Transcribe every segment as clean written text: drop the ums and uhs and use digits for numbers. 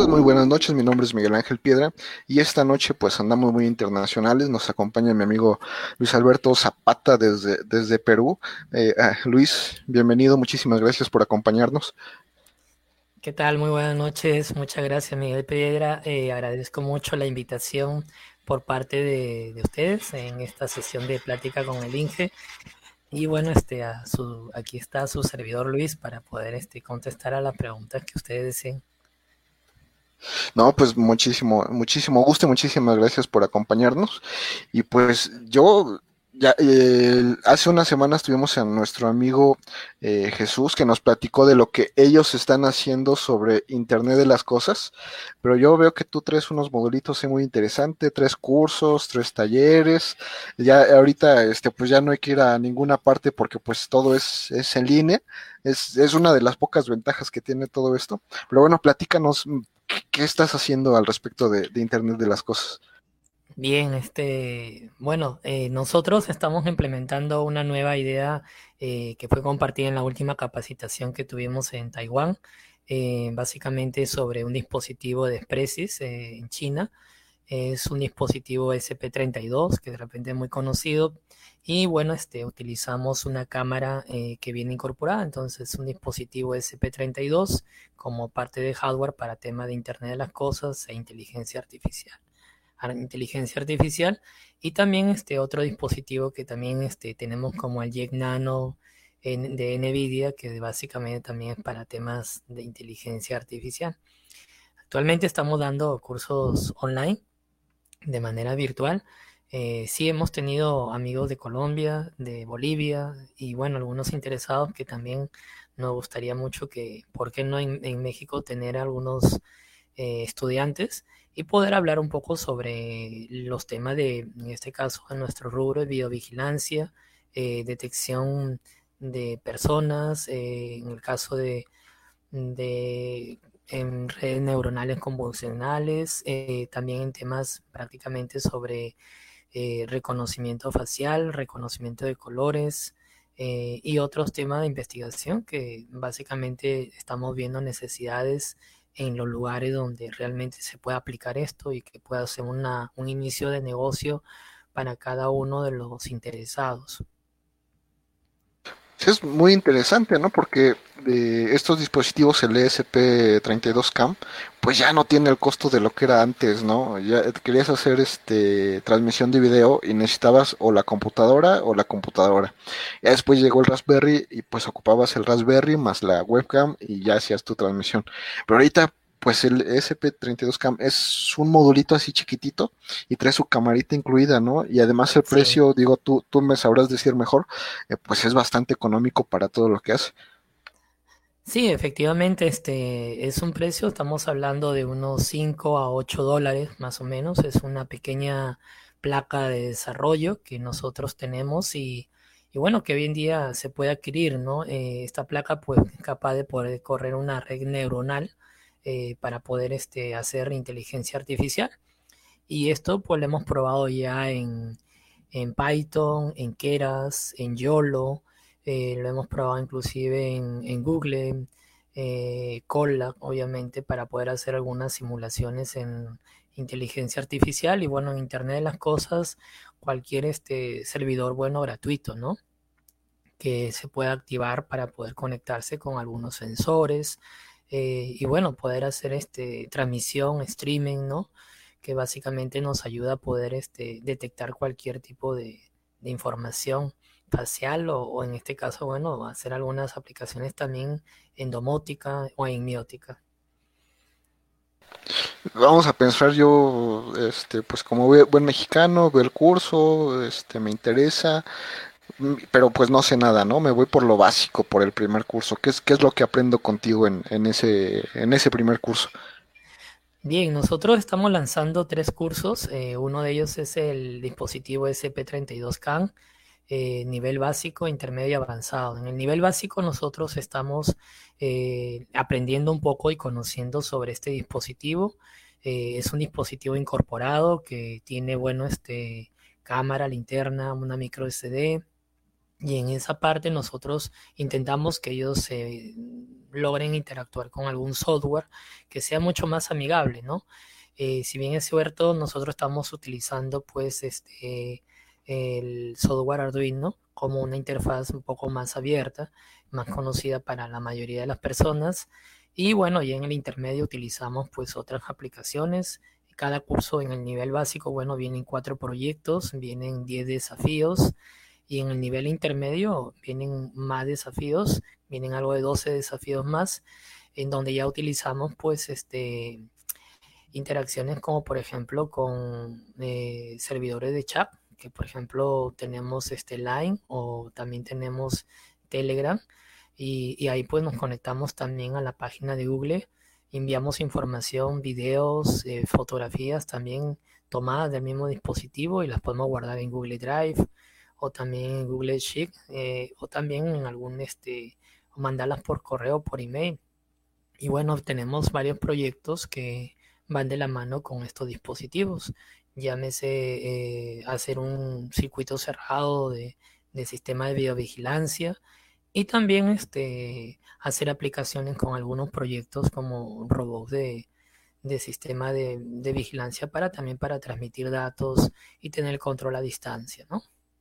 Pues muy buenas noches, mi nombre es Miguel Ángel Piedra y esta noche pues andamos muy internacionales, nos acompaña mi amigo Luis Alberto Zapata desde Perú. Luis, bienvenido, muchísimas gracias por acompañarnos. ¿Qué tal? Muy buenas noches. Muchas gracias, Miguel Piedra. Agradezco mucho la invitación por parte de ustedes en esta sesión de plática con el Inge. Y bueno, aquí está su servidor Luis para poder contestar a las preguntas que ustedes deseen. No, pues muchísimo gusto y muchísimas gracias por acompañarnos. Y pues yo, ya, hace unas semanas tuvimos a nuestro amigo Jesús que nos platicó de lo que ellos están haciendo sobre Internet de las Cosas, pero yo veo que tú traes unos modulitos muy interesantes, tres cursos, tres talleres. Ya ahorita, pues ya no hay que ir a ninguna parte porque pues todo es en línea. Es una de las pocas ventajas que tiene todo esto. Pero bueno, platícanos. ¿Qué estás haciendo al respecto de Internet de las Cosas? Bien, bueno, nosotros estamos implementando una nueva idea que fue compartida en la última capacitación que tuvimos en Taiwán, básicamente sobre un dispositivo de Espresis en China. Es un dispositivo SP32 que de repente es muy conocido y bueno, utilizamos una cámara que viene incorporada, entonces un dispositivo SP32 como parte de hardware para tema de Internet de las Cosas e inteligencia artificial y también otro dispositivo que también tenemos como el Jack Nano de NVIDIA que básicamente también es para temas de inteligencia artificial. Actualmente estamos dando cursos online de manera virtual. Sí hemos tenido amigos de Colombia, de Bolivia y bueno, algunos interesados que también nos gustaría mucho que, ¿por qué no en México tener algunos estudiantes y poder hablar un poco sobre los temas de, en este caso, en nuestro rubro de videovigilancia, detección de personas, en el caso de en redes neuronales convolucionales, también en temas prácticamente sobre reconocimiento facial, reconocimiento de colores y otros temas de investigación que básicamente estamos viendo necesidades en los lugares donde realmente se pueda aplicar esto y que pueda ser un inicio de negocio para cada uno de los interesados. Sí, es muy interesante, ¿no? Porque estos dispositivos, el ESP32CAM, pues ya no tiene el costo de lo que era antes, ¿no? Ya querías hacer transmisión de video y necesitabas o la computadora o la computadora. Ya después llegó el Raspberry y pues ocupabas el Raspberry más la webcam y ya hacías tu transmisión. Pero ahorita pues el ESP32CAM es un modulito así chiquitito y trae su camarita incluida, ¿no? Y además el Sí, precio, digo, tú me sabrás decir mejor, pues es bastante económico para todo lo que hace. sí, efectivamente, este es un precio, estamos hablando de unos 5 a 8 dólares más o menos, es una pequeña placa de desarrollo que nosotros tenemos y bueno, que hoy en día se puede adquirir, ¿no? Esta placa pues es capaz de poder correr una red neuronal para poder hacer inteligencia artificial y esto pues lo hemos probado ya en Python, en Keras, en YOLO, lo hemos probado inclusive en Google, Colab, obviamente, para poder hacer algunas simulaciones en inteligencia artificial y bueno, en Internet de las Cosas, cualquier servidor bueno gratuito, ¿no? Que se pueda activar para poder conectarse con algunos sensores y bueno, poder hacer transmisión, streaming, ¿no? Que básicamente nos ayuda a poder detectar cualquier tipo de información facial o en este caso, bueno, hacer algunas aplicaciones también en domótica o en miótica. Vamos a pensar yo, pues como buen mexicano, veo el curso, me interesa, pero pues no sé nada, ¿no? Me voy por lo básico, por el primer curso. Qué es lo que aprendo contigo en ese primer curso? Bien, nosotros estamos lanzando tres cursos. Uno de ellos es el dispositivo SP32 CAN, nivel básico, intermedio y avanzado. En el nivel básico nosotros estamos aprendiendo un poco y conociendo sobre este dispositivo. Es un dispositivo incorporado que tiene, bueno, cámara, linterna, una micro SD, Y en esa parte nosotros intentamos que ellos logren interactuar con algún software que sea mucho más amigable, ¿no? Si bien es cierto, nosotros estamos utilizando pues el software Arduino como una interfaz un poco más abierta, más conocida para la mayoría de las personas. Y bueno, ya en el intermedio utilizamos pues otras aplicaciones. Cada curso en el nivel básico, bueno, vienen 4 proyectos, vienen 10 desafíos y en el nivel intermedio vienen más desafíos, vienen algo de 12 desafíos más, en donde ya utilizamos pues interacciones como por ejemplo con servidores de chat, que por ejemplo tenemos Line o también tenemos Telegram y ahí pues nos conectamos también a la página de Google, enviamos información, videos, fotografías también tomadas del mismo dispositivo y las podemos guardar en Google Drive o también en Google Sheet o también en algún o mandarlas por correo, por email. Y bueno, tenemos varios proyectos que van de la mano con estos dispositivos. Llámese hacer un circuito cerrado de sistema de videovigilancia y también hacer aplicaciones con algunos proyectos como robots de sistema de vigilancia para también para transmitir datos y tener control a distancia, ¿no?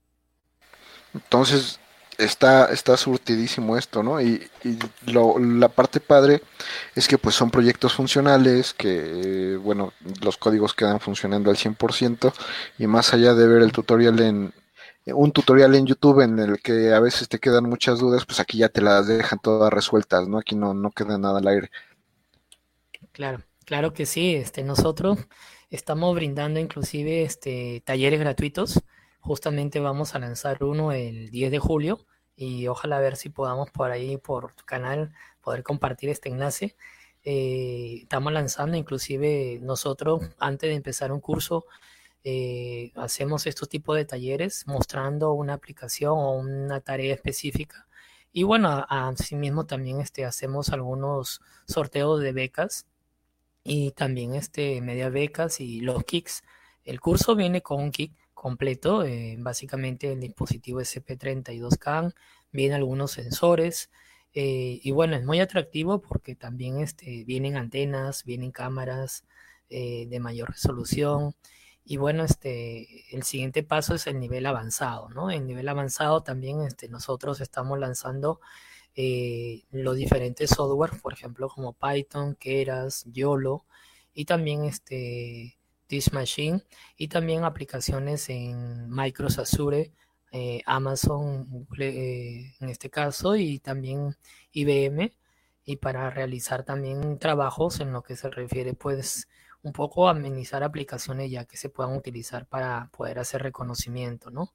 Entonces, está surtidísimo esto, ¿no? Y la parte padre es que pues son proyectos funcionales, que, bueno, los códigos quedan funcionando al 100% y más allá de ver el tutorial un tutorial en YouTube en el que a veces te quedan muchas dudas, pues aquí ya te las dejan todas resueltas, ¿no? Aquí no queda nada al aire. Claro, claro que sí. Nosotros estamos brindando inclusive talleres gratuitos. Justamente vamos a lanzar uno el 10 de julio y ojalá ver si podamos por ahí, por tu canal, poder compartir este enlace. Estamos lanzando inclusive nosotros, antes de empezar un curso, hacemos estos tipos de talleres mostrando una aplicación o una tarea específica. Y bueno, asimismo también hacemos algunos sorteos de becas y también media becas y los kits. El curso viene con un kit completo, básicamente el dispositivo SP32CAN, viene algunos sensores y bueno, es muy atractivo porque también vienen antenas, vienen cámaras de mayor resolución. Y bueno, el siguiente paso es el nivel avanzado, ¿no? El nivel avanzado también nosotros estamos lanzando los diferentes software, por ejemplo, como Python, Keras, YOLO, y también This Machine, y también aplicaciones en Microsoft Azure, Amazon, Google, en este caso, y también IBM, y para realizar también trabajos en lo que se refiere, pues, un poco a amenizar aplicaciones ya que se puedan utilizar para poder hacer reconocimiento, ¿no?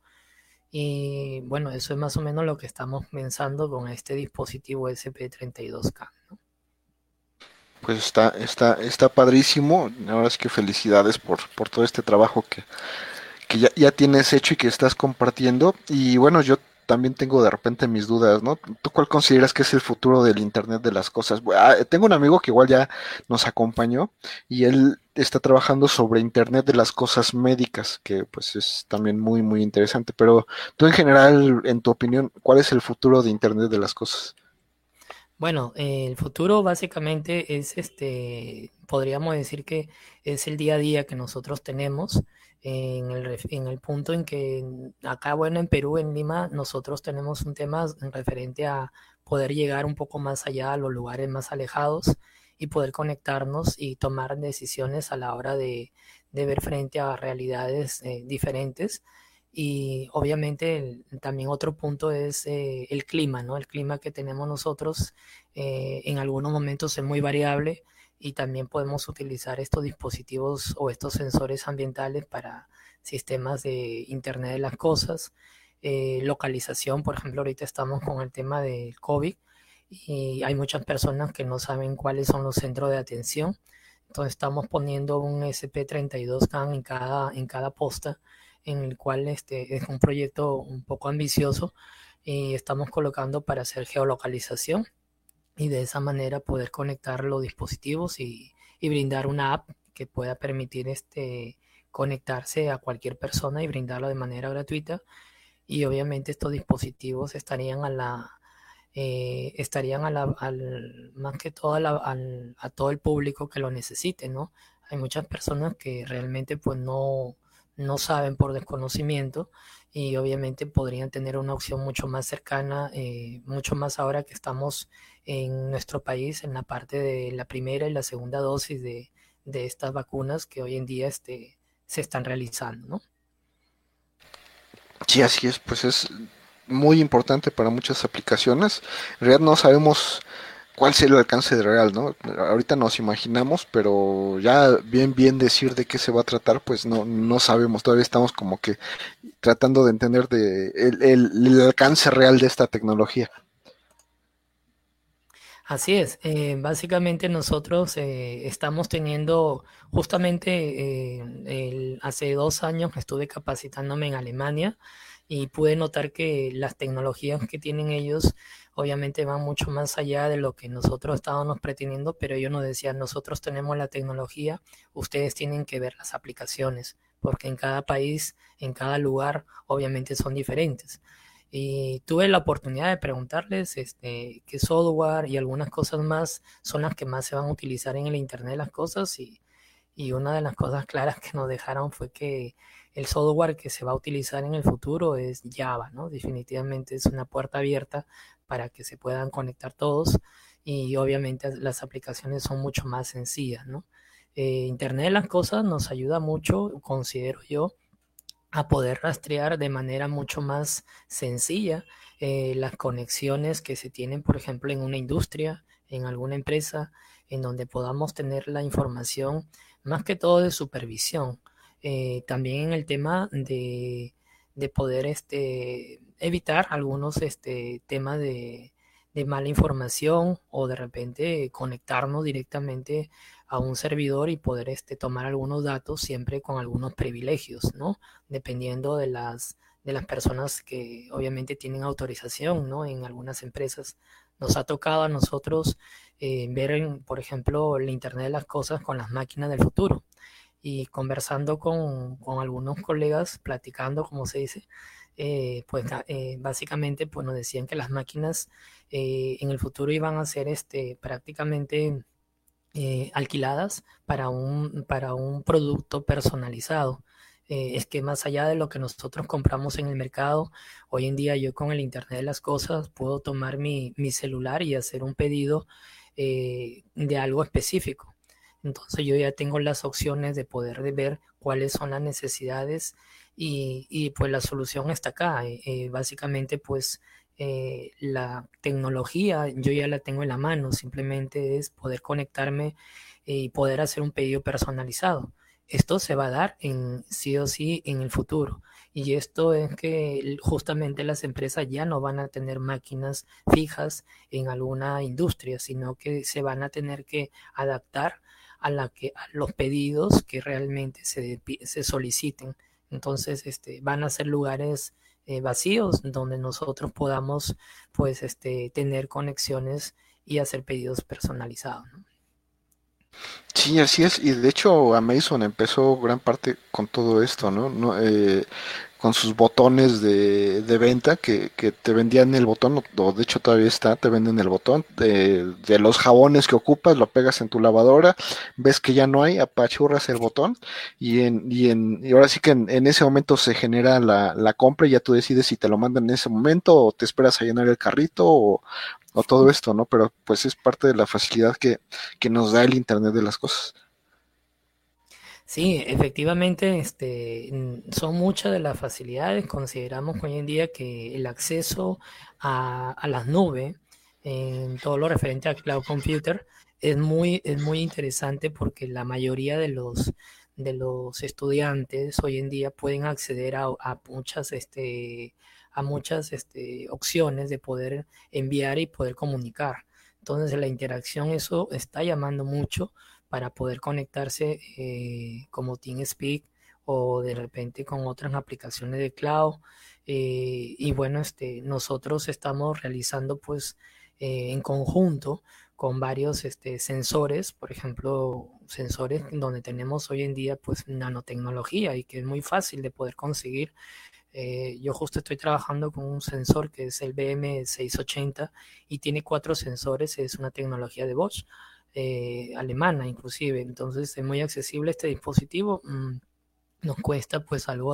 Y bueno, eso es más o menos lo que estamos pensando con este dispositivo SP32K, ¿no? Pues está padrísimo. Ahora es que felicidades por todo este trabajo que ya tienes hecho y que estás compartiendo. Y bueno, yo también tengo de repente mis dudas, ¿no? ¿Tú cuál consideras que es el futuro del Internet de las cosas? Tengo un amigo que igual ya nos acompañó y él está trabajando sobre Internet de las cosas médicas, que pues es también muy interesante. Pero tú en general, en tu opinión, ¿cuál es el futuro de Internet de las cosas? Bueno, el futuro básicamente es podríamos decir que es el día a día que nosotros tenemos en el punto en que acá, bueno, en Perú, en Lima, nosotros tenemos un tema en referente a poder llegar un poco más allá a los lugares más alejados y poder conectarnos y tomar decisiones a la hora de ver frente a realidades diferentes. Y obviamente también otro punto es el clima, ¿no? El clima que tenemos nosotros en algunos momentos es muy variable y también podemos utilizar estos dispositivos o estos sensores ambientales para sistemas de Internet de las Cosas, localización, por ejemplo, ahorita estamos con el tema del COVID y hay muchas personas que no saben cuáles son los centros de atención. Entonces estamos poniendo un SP32CAN en cada posta, en el cual es un proyecto un poco ambicioso y estamos colocando para hacer geolocalización y de esa manera poder conectar los dispositivos y brindar una app que pueda permitir conectarse a cualquier persona y brindarlo de manera gratuita y obviamente estos dispositivos estarían más que todo a todo el público que lo necesite, ¿no? Hay muchas personas que realmente pues no saben por desconocimiento y obviamente podrían tener una opción mucho más cercana, mucho más ahora que estamos en nuestro país en la parte de la primera y la segunda dosis de estas vacunas que hoy en día se están realizando, ¿no? Sí, así es, pues es muy importante para muchas aplicaciones. En realidad no sabemos cuál será el alcance real, ¿no? Ahorita nos imaginamos, pero ya bien decir de qué se va a tratar, pues no sabemos. Todavía estamos como que tratando de entender el alcance real de esta tecnología. Así es, básicamente nosotros estamos teniendo, justamente hace 2 años estuve capacitándome en Alemania y pude notar que las tecnologías que tienen ellos obviamente van mucho más allá de lo que nosotros estábamos pretendiendo, pero ellos nos decían, nosotros tenemos la tecnología, ustedes tienen que ver las aplicaciones, porque en cada país, en cada lugar, obviamente son diferentes. Y tuve la oportunidad de preguntarles qué software y algunas cosas más son las que más se van a utilizar en el Internet de las cosas y una de las cosas claras que nos dejaron fue que el software que se va a utilizar en el futuro es Java, ¿no? Definitivamente es una puerta abierta para que se puedan conectar todos y obviamente las aplicaciones son mucho más sencillas, ¿no? Internet de las cosas nos ayuda mucho, considero yo, a poder rastrear de manera mucho más sencilla las conexiones que se tienen, por ejemplo, en una industria, en alguna empresa, en donde podamos tener la información más que todo de supervisión. También en el tema de poder evitar algunos temas de mala información o de repente conectarnos directamente a un servidor y poder tomar algunos datos siempre con algunos privilegios, ¿no? Dependiendo de las personas que obviamente tienen autorización, ¿no? En algunas empresas nos ha tocado a nosotros ver, por ejemplo, el Internet de las Cosas con las máquinas del futuro y conversando con algunos colegas, platicando, como se dice, pues básicamente pues nos decían que las máquinas en el futuro iban a ser prácticamente alquiladas para un producto personalizado. Es que más allá de lo que nosotros compramos en el mercado, hoy en día yo con el Internet de las Cosas puedo tomar mi celular y hacer un pedido de algo específico. Entonces yo ya tengo las opciones de poder ver cuáles son las necesidades y pues la solución está acá. Básicamente pues la tecnología yo ya la tengo en la mano, simplemente es poder conectarme y poder hacer un pedido personalizado. Esto se va a dar sí o sí en el futuro. Y esto es que justamente las empresas ya no van a tener máquinas fijas en alguna industria, sino que se van a tener que adaptar a los pedidos que realmente se soliciten. Entonces, van a ser lugares vacíos donde nosotros podamos pues tener conexiones y hacer pedidos personalizados, ¿no? Sí, así es. Y de hecho Amazon empezó gran parte con todo esto, ¿no? Con sus botones de venta que te vendían el botón, o de hecho todavía está, te venden el botón de los jabones que ocupas, lo pegas en tu lavadora, ves que ya no hay, apachurras el botón y ahora sí que en ese momento se genera la compra y ya tú decides si te lo mandan en ese momento o te esperas a llenar el carrito o todo esto, ¿no? Pero pues es parte de la facilidad que nos da el Internet de las cosas. Sí, efectivamente, son muchas de las facilidades. Consideramos hoy en día que el acceso a las nubes, en todo lo referente a cloud computer, es muy interesante porque la mayoría de los estudiantes hoy en día pueden acceder a muchas opciones de poder enviar y poder comunicar. Entonces, la interacción, eso está llamando mucho para poder conectarse como TeamSpeak o de repente con otras aplicaciones de cloud. Y bueno, nosotros estamos realizando pues en conjunto con varios sensores, por ejemplo, sensores donde tenemos hoy en día pues nanotecnología y que es muy fácil de poder conseguir. Yo justo estoy trabajando con un sensor que es el BM680 y tiene 4 sensores, es una tecnología de Bosch, alemana inclusive, entonces es muy accesible este dispositivo. Nos cuesta pues algo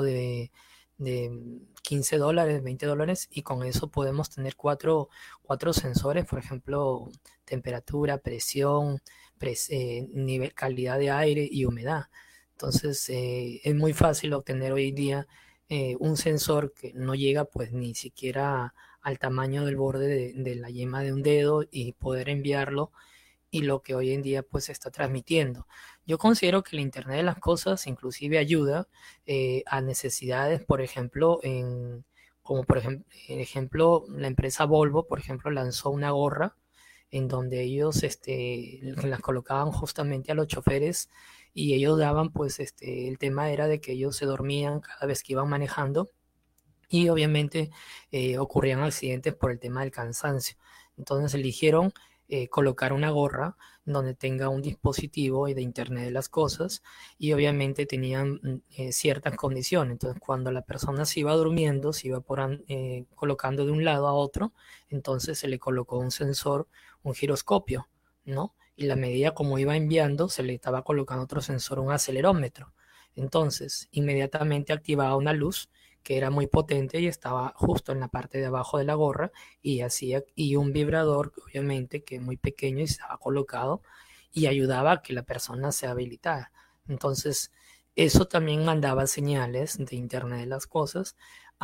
de $15, $20 y con eso podemos tener cuatro sensores, por ejemplo, temperatura, presión, nivel, calidad de aire y humedad. Entonces es muy fácil obtener hoy en día un sensor que no llega pues ni siquiera al tamaño del borde de la yema de un dedo y poder enviarlo y lo que hoy en día pues se está transmitiendo. Yo considero que el Internet de las Cosas inclusive ayuda a necesidades, por ejemplo, como por ejemplo, la empresa Volvo, por ejemplo, lanzó una gorra en donde ellos las colocaban justamente a los choferes y ellos daban, pues, el tema era de que ellos se dormían cada vez que iban manejando y obviamente ocurrían accidentes por el tema del cansancio. Entonces eligieron colocar una gorra donde tenga un dispositivo de Internet de las Cosas y obviamente tenían ciertas condiciones. Entonces cuando la persona se iba durmiendo, se iba colocando de un lado a otro, entonces se le colocó un sensor, un giroscopio, ¿no? Y la medida como iba enviando, se le estaba colocando otro sensor, un acelerómetro. Entonces, inmediatamente activaba una luz que era muy potente y estaba justo en la parte de abajo de la gorra y un vibrador obviamente que muy pequeño y estaba colocado y ayudaba a que la persona se habilitara. Entonces eso también mandaba señales de Internet de las Cosas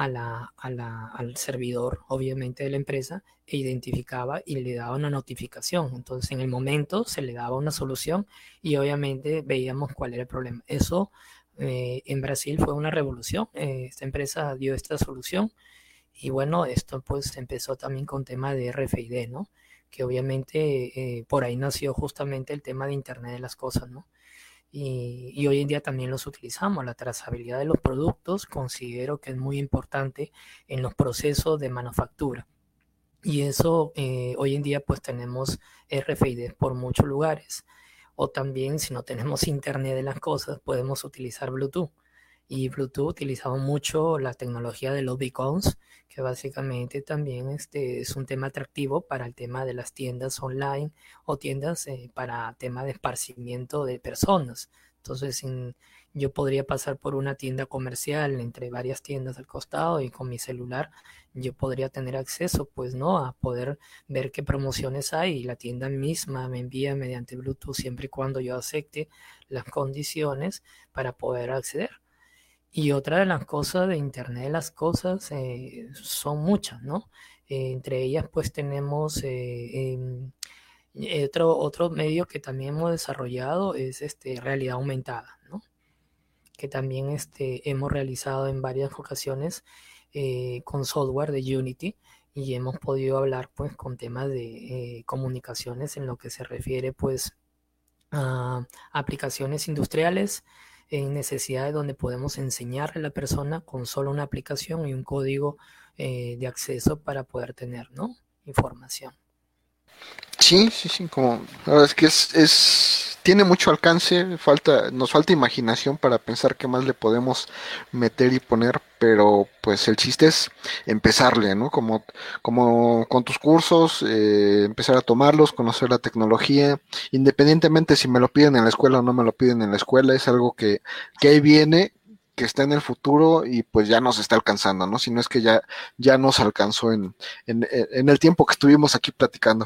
al servidor obviamente de la empresa e identificaba y le daba una notificación. Entonces en el momento se le daba una solución y obviamente veíamos cuál era el problema. Eso en Brasil fue una revolución. Esta empresa dio esta solución y bueno, esto pues empezó también con tema de RFID, ¿no? Que obviamente por ahí nació justamente el tema de Internet de las Cosas, ¿no? Y hoy en día también los utilizamos. La trazabilidad de los productos considero que es muy importante en los procesos de manufactura. Y eso hoy en día pues tenemos RFID por muchos lugares. O también si no tenemos Internet de las Cosas podemos utilizar Bluetooth. Y Bluetooth utilizamos mucho la tecnología de los beacons, que básicamente también es un tema atractivo para el tema de las tiendas online o tiendas para tema de esparcimiento de personas. Entonces, yo podría pasar por una tienda comercial entre varias tiendas al costado y con mi celular yo podría tener acceso, pues, ¿no? A poder ver qué promociones hay y la tienda misma me envía mediante Bluetooth siempre y cuando yo acepte las condiciones para poder acceder. Y otra de las cosas de Internet de las Cosas son muchas, ¿no? Entre ellas pues tenemos otro medio que también hemos desarrollado es realidad aumentada, ¿no? Que también hemos realizado en varias ocasiones con software de Unity y hemos podido hablar pues con temas de comunicaciones en lo que se refiere pues a aplicaciones industriales en necesidades donde podemos enseñarle a la persona con solo una aplicación y un código de acceso para poder tener, ¿no? Información. Sí, sí, sí, como, la verdad es que tiene mucho alcance, nos falta imaginación para pensar qué más le podemos meter y poner, pero pues el chiste es empezarle, ¿no? Como con tus cursos, empezar a tomarlos, conocer la tecnología, independientemente si me lo piden en la escuela o no me lo piden en la escuela, es algo que ahí viene, que está en el futuro y pues ya nos está alcanzando, ¿no? Si no es que ya nos alcanzó en el tiempo que estuvimos aquí platicando.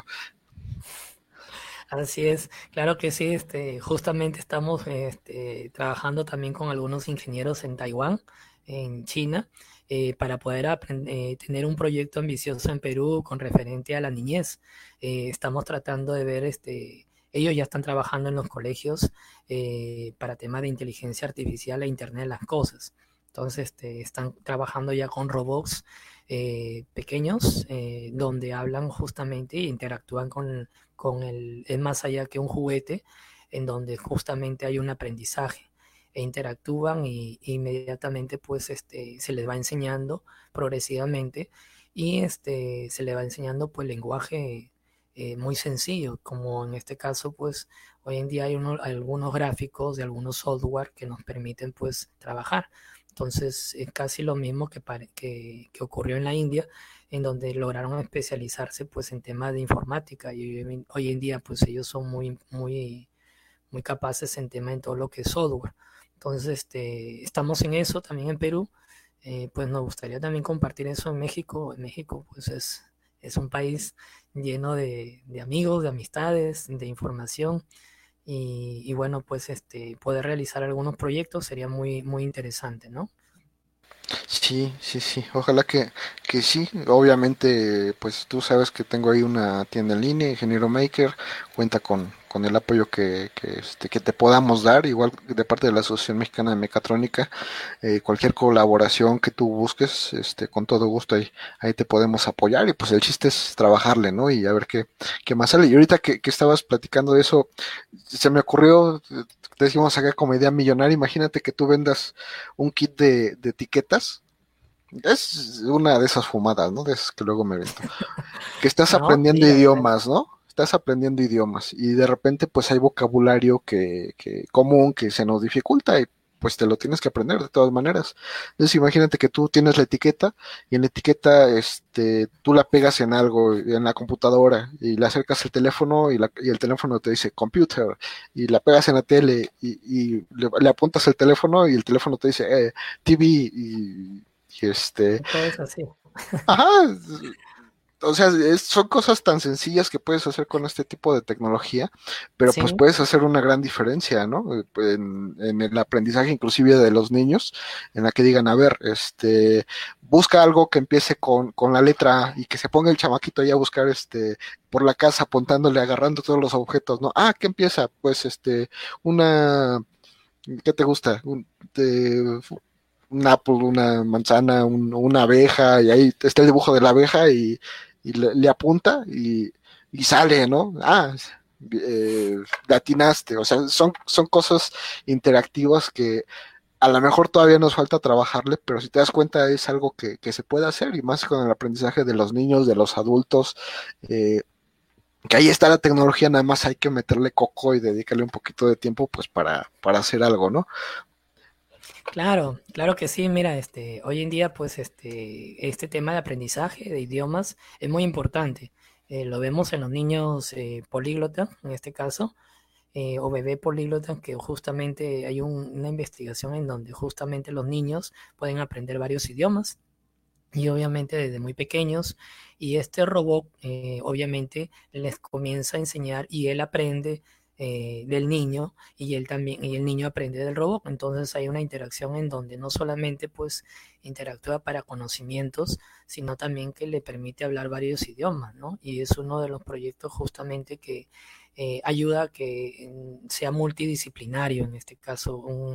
Así es, claro que sí, justamente estamos trabajando también con algunos ingenieros en Taiwán, en China, para poder tener un proyecto ambicioso en Perú con referente a la niñez. Estamos tratando de ver, ellos ya están trabajando en los colegios para temas de inteligencia artificial e Internet de las Cosas. Entonces, están trabajando ya con robots pequeños donde hablan justamente e interactúan es más allá que un juguete, en donde justamente hay un aprendizaje e interactúan y inmediatamente pues se les va enseñando progresivamente y se les va enseñando pues lenguaje muy sencillo, como en este caso, pues hoy en día hay algunos gráficos de algunos software que nos permiten pues trabajar. Entonces es casi lo mismo que ocurrió en la India, en donde lograron especializarse pues en temas de informática y hoy en día pues ellos son muy capaces en tema en todo lo que es software. Entonces, estamos en eso también en Perú. Pues nos gustaría también compartir eso en México. En México, pues es un país lleno de amigos, de amistades, de información. Y bueno, pues poder realizar algunos proyectos sería muy interesante, ¿no? Sí, sí, sí. Ojalá que sí. Obviamente, pues tú sabes que tengo ahí una tienda en línea, Ingeniero Maker, cuenta con el apoyo que te podamos dar, igual de parte de la Asociación Mexicana de Mecatrónica, cualquier colaboración que tú busques, con todo gusto ahí te podemos apoyar y pues el chiste es trabajarle, ¿no? Y a ver qué más sale. Y ahorita que estabas platicando de eso, se me ocurrió, decimos acá como idea millonaria, imagínate que tú vendas un kit de etiquetas. Es una de esas fumadas, ¿no? De esas que luego me invento. Que estás No, aprendiendo sí, la verdad. idiomas, ¿no? Estás aprendiendo idiomas y de repente pues hay vocabulario que común que se nos dificulta y pues te lo tienes que aprender de todas maneras. Entonces imagínate que tú tienes la etiqueta y en la etiqueta tú la pegas en algo, en la computadora y le acercas el teléfono y el teléfono te dice computer y la pegas en la tele y le apuntas el teléfono y el teléfono te dice TV y Todo es así. ajá, o sea, son cosas tan sencillas que puedes hacer con este tipo de tecnología, pero pues Sí, puedes hacer una gran diferencia, ¿no? En el aprendizaje inclusive de los niños, en la que digan, a ver, busca algo que empiece con la letra A y que se ponga el chamaquito ahí a buscar por la casa apuntándole, agarrando todos los objetos, ¿no? Ah, ¿qué empieza? Pues una, ¿qué te gusta? Un apple, una manzana, una abeja, y ahí está el dibujo de la abeja y le apunta y sale, ¿no? Le atinaste, o sea, son cosas interactivas que a lo mejor todavía nos falta trabajarle, pero si te das cuenta es algo que se puede hacer y más con el aprendizaje de los niños, de los adultos, eh, que ahí está la tecnología, nada más hay que meterle coco y dedicarle un poquito de tiempo pues para hacer algo, ¿no? claro, claro que sí. Mira, hoy en día, pues, este tema de aprendizaje de idiomas es muy importante. Lo vemos en los niños políglotas, en este caso, o bebé políglota, que justamente hay una investigación en donde justamente los niños pueden aprender varios idiomas y obviamente desde muy pequeños. Y este robot obviamente les comienza a enseñar y él aprende del niño y él también y el niño aprende del robot. Entonces hay una interacción en donde no solamente pues interactúa para conocimientos, sino también que le permite hablar varios idiomas, ¿no? Y es uno de los proyectos justamente que ayuda a que sea multidisciplinario, en este caso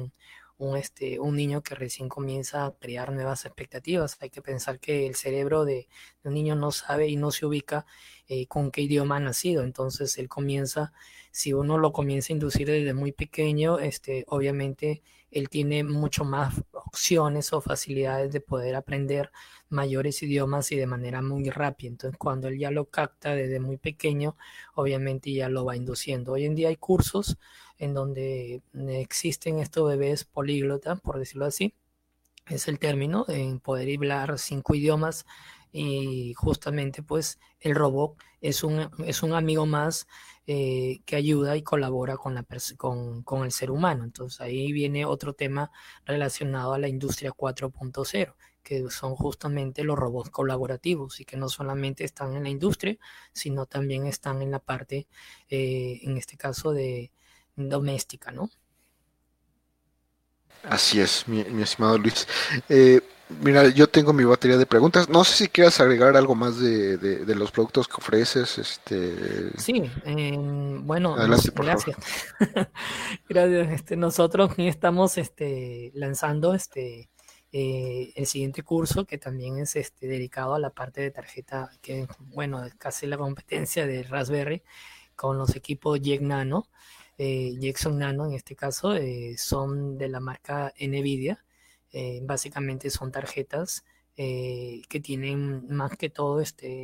un niño que recién comienza a crear nuevas expectativas. Hay que pensar que el cerebro de un niño no sabe y no se ubica con qué idioma ha nacido. Entonces él comienza, si uno lo comienza a inducir desde muy pequeño, obviamente él tiene mucho más opciones o facilidades de poder aprender mayores idiomas y de manera muy rápida. Entonces cuando él ya lo capta desde muy pequeño, obviamente ya lo va induciendo. Hoy en día hay cursos en donde existen estos bebés políglotas, por decirlo así, es el término, en poder hablar 5 idiomas y justamente pues el robot es un amigo más que ayuda y colabora con el ser humano. Entonces ahí viene otro tema relacionado a la industria 4.0, que son justamente los robots colaborativos y que no solamente están en la industria, sino también están en la parte, en este caso, de doméstica, ¿no? Así es, mi estimado Luis. Eh, Mira, yo tengo mi batería de preguntas. No sé si quieras agregar algo más de los productos que ofreces. Sí, bueno, Adelante, por favor. gracias. Gracias. Nosotros estamos lanzando el siguiente curso que también es dedicado a la parte de tarjeta, que bueno, es casi la competencia de Raspberry con los equipos Jack Nano, Jackson Nano en este caso, son de la marca Nvidia. Básicamente son tarjetas que tienen más que todo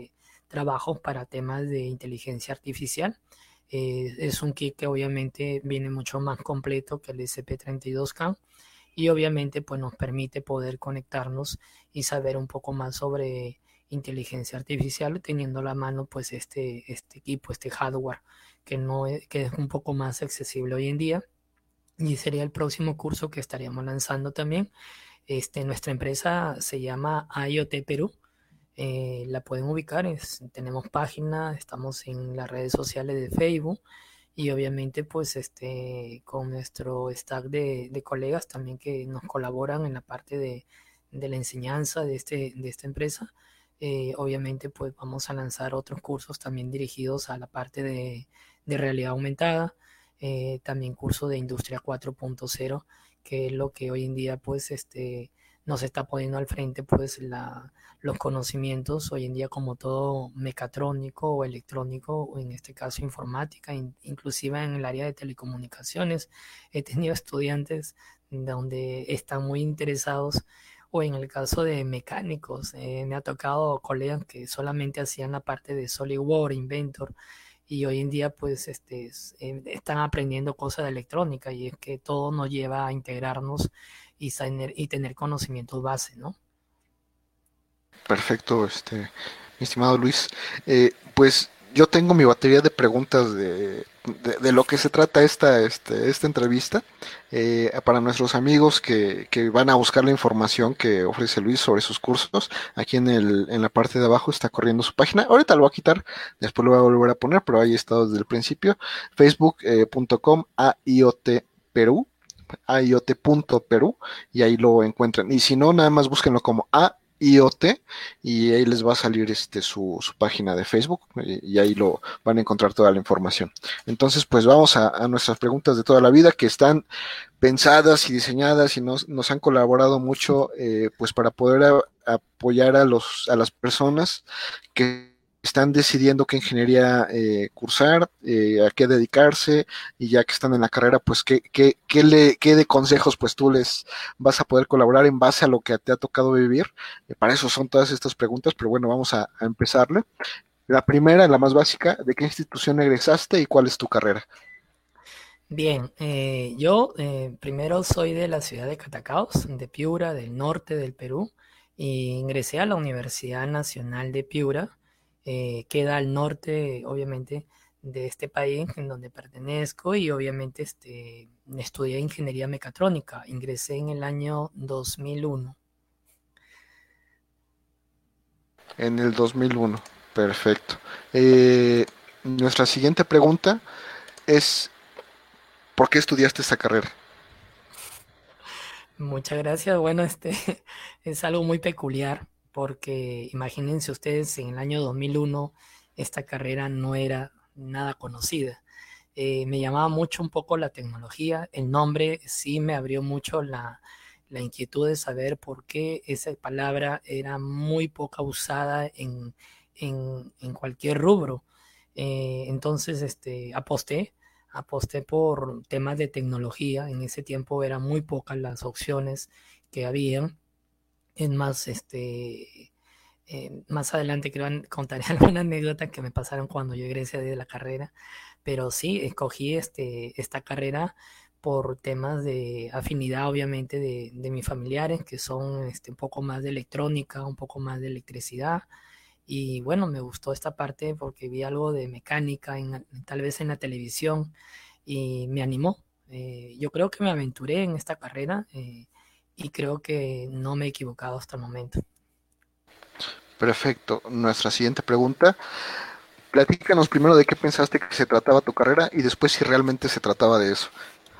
trabajos para temas de inteligencia artificial. Es un kit que obviamente viene mucho más completo que el SP32K y obviamente pues nos permite poder conectarnos y saber un poco más sobre inteligencia artificial teniendo a la mano pues este equipo, este hardware que, no es, que es un poco más accesible hoy en día y sería el próximo curso que estaríamos lanzando también. Nuestra empresa se llama IoT Perú. La pueden ubicar, tenemos página, estamos en las redes sociales de Facebook y obviamente pues con nuestro stack de colegas también que nos colaboran en la parte de la enseñanza de esta empresa. Obviamente pues vamos a lanzar otros cursos también dirigidos a la parte de realidad aumentada, también curso de industria 4.0, que es lo que hoy en día pues nos está poniendo al frente pues los conocimientos hoy en día como todo mecatrónico o electrónico, o en este caso informática, inclusive en el área de telecomunicaciones. He tenido estudiantes donde están muy interesados, o en el caso de mecánicos, me ha tocado colegas que solamente hacían la parte de SolidWorks, Inventor, y hoy en día pues están aprendiendo cosas de electrónica y es que todo nos lleva a integrarnos y tener conocimientos base, ¿no? Perfecto, mi estimado Luis. Pues yo tengo mi batería de preguntas de lo que se trata esta entrevista. Para nuestros amigos que van a buscar la información que ofrece Luis sobre sus cursos, aquí en la parte de abajo está corriendo su página. Ahorita lo voy a quitar, después lo voy a volver a poner, pero ahí está desde el principio. Facebook.com AIoT Perú, AIoT.Perú, y ahí lo encuentran. Y si no, nada más búsquenlo como IoT y ahí les va a salir su página de Facebook y ahí lo van a encontrar toda la información. Entonces, pues vamos a nuestras preguntas de toda la vida que están pensadas y diseñadas y nos han colaborado mucho pues para poder apoyar a las personas que están decidiendo qué ingeniería cursar, a qué dedicarse, y ya que están en la carrera, pues qué de consejos pues tú les vas a poder colaborar en base a lo que te ha tocado vivir. Para eso son todas estas preguntas, pero bueno, vamos a empezarle. La primera, la más básica, ¿de qué institución egresaste y cuál es tu carrera? Bien, yo primero soy de la ciudad de Catacaos, de Piura, del norte del Perú, y ingresé a la Universidad Nacional de Piura, queda al norte, obviamente, de este país en donde pertenezco, y obviamente estudié ingeniería mecatrónica, ingresé en el año 2001. En el 2001. Perfecto. Eh, Nuestra siguiente pregunta es, ¿por qué estudiaste esta carrera? Muchas gracias. Bueno, es algo muy peculiar porque imagínense ustedes, en el año 2001 esta carrera no era nada conocida. Me llamaba mucho un poco la tecnología. El nombre sí me abrió mucho la inquietud de saber por qué esa palabra era muy poca usada en cualquier rubro. Entonces, aposté por temas de tecnología. En ese tiempo eran muy pocas las opciones que habían. Es más, más adelante creo contaré alguna anécdota que me pasaron cuando yo egresé de la carrera, pero sí, escogí esta carrera por temas de afinidad, obviamente, de mis familiares, que son un poco más de electrónica, un poco más de electricidad. Y bueno, me gustó esta parte porque vi algo de mecánica, tal vez en la televisión, y me animó. Yo creo que me aventuré en esta carrera y creo que no me he equivocado hasta el momento. Perfecto. Nuestra siguiente pregunta, platícanos primero de qué pensaste que se trataba tu carrera y después si realmente se trataba de eso.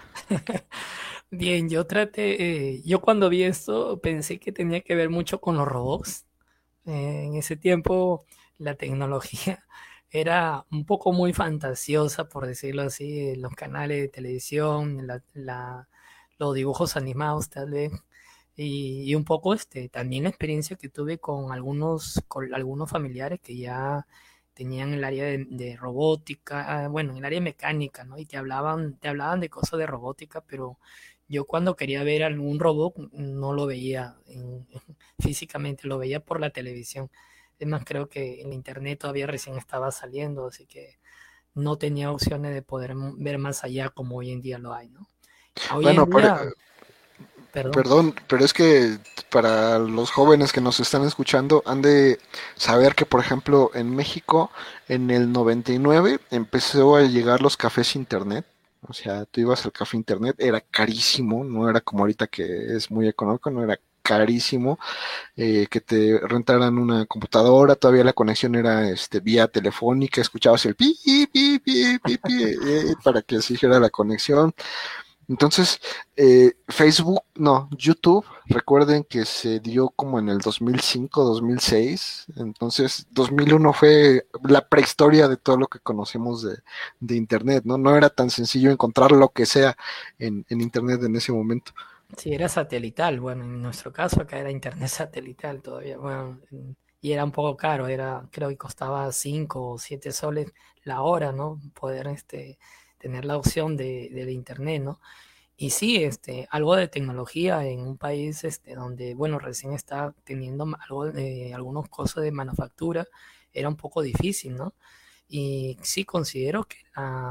Bien, yo cuando vi esto pensé que tenía que ver mucho con los robots. En ese tiempo la tecnología era un poco muy fantasiosa, por decirlo así, en los canales de televisión, los dibujos animados tal vez, y un poco también la experiencia que tuve con algunos familiares que ya tenían el área de robótica, bueno, en el área mecánica, ¿no? Y te hablaban de cosas de robótica, pero yo cuando quería ver algún robot no lo veía físicamente, lo veía por la televisión. Es más, creo que el internet todavía recién estaba saliendo, así que no tenía opciones de poder ver más allá como hoy en día lo hay, ¿no? Hoy en Bueno, día, perdón. perdón, pero es que para los jóvenes que nos están escuchando han de saber que, por ejemplo, en México en el 99 empezó a llegar los cafés internet. O sea, tú ibas al café internet, era carísimo, no era como ahorita que es muy económico, no era carísimo, que te rentaran una computadora, todavía la conexión era vía telefónica, escuchabas el pi, pi, pi, pi, pi, para que se hiciera la conexión. Entonces, Facebook, no, YouTube, recuerden que se dio como en el 2005, 2006, entonces 2001 fue la prehistoria de todo lo que conocemos de Internet, ¿no? No era tan sencillo encontrar lo que sea en Internet en ese momento. Sí, era satelital. Bueno, en nuestro caso acá era internet satelital todavía. Bueno, y era un poco caro, creo que costaba 5 o 7 soles la hora, ¿no? Poder tener la opción del internet, ¿no? Y sí, algo de tecnología en un país donde, bueno, recién está teniendo algo de algunos cosas de manufactura, era un poco difícil, ¿no? Y sí considero que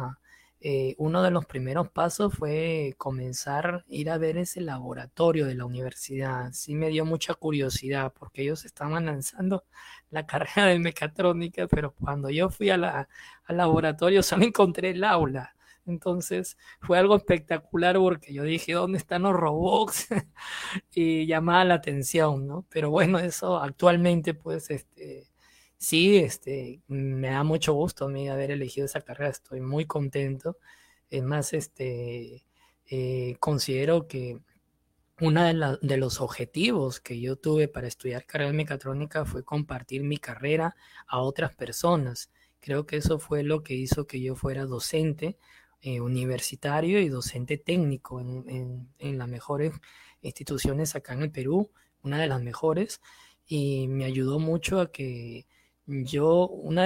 uno de los primeros pasos fue comenzar a ir a ver ese laboratorio de la universidad. Sí me dio mucha curiosidad porque ellos estaban lanzando la carrera de mecatrónica, pero cuando yo fui al laboratorio solo encontré el aula. Entonces fue algo espectacular porque yo dije, ¿dónde están los robots? Y llamaba la atención, ¿no? Pero bueno, eso actualmente, pues, sí, me da mucho gusto a mí haber elegido esa carrera, estoy muy contento. Es más, considero que uno de los objetivos que yo tuve para estudiar carrera de mecatrónica fue compartir mi carrera a otras personas. Creo que eso fue lo que hizo que yo fuera docente universitario y docente técnico en las mejores instituciones acá en el Perú, una de las mejores, y me ayudó mucho a que una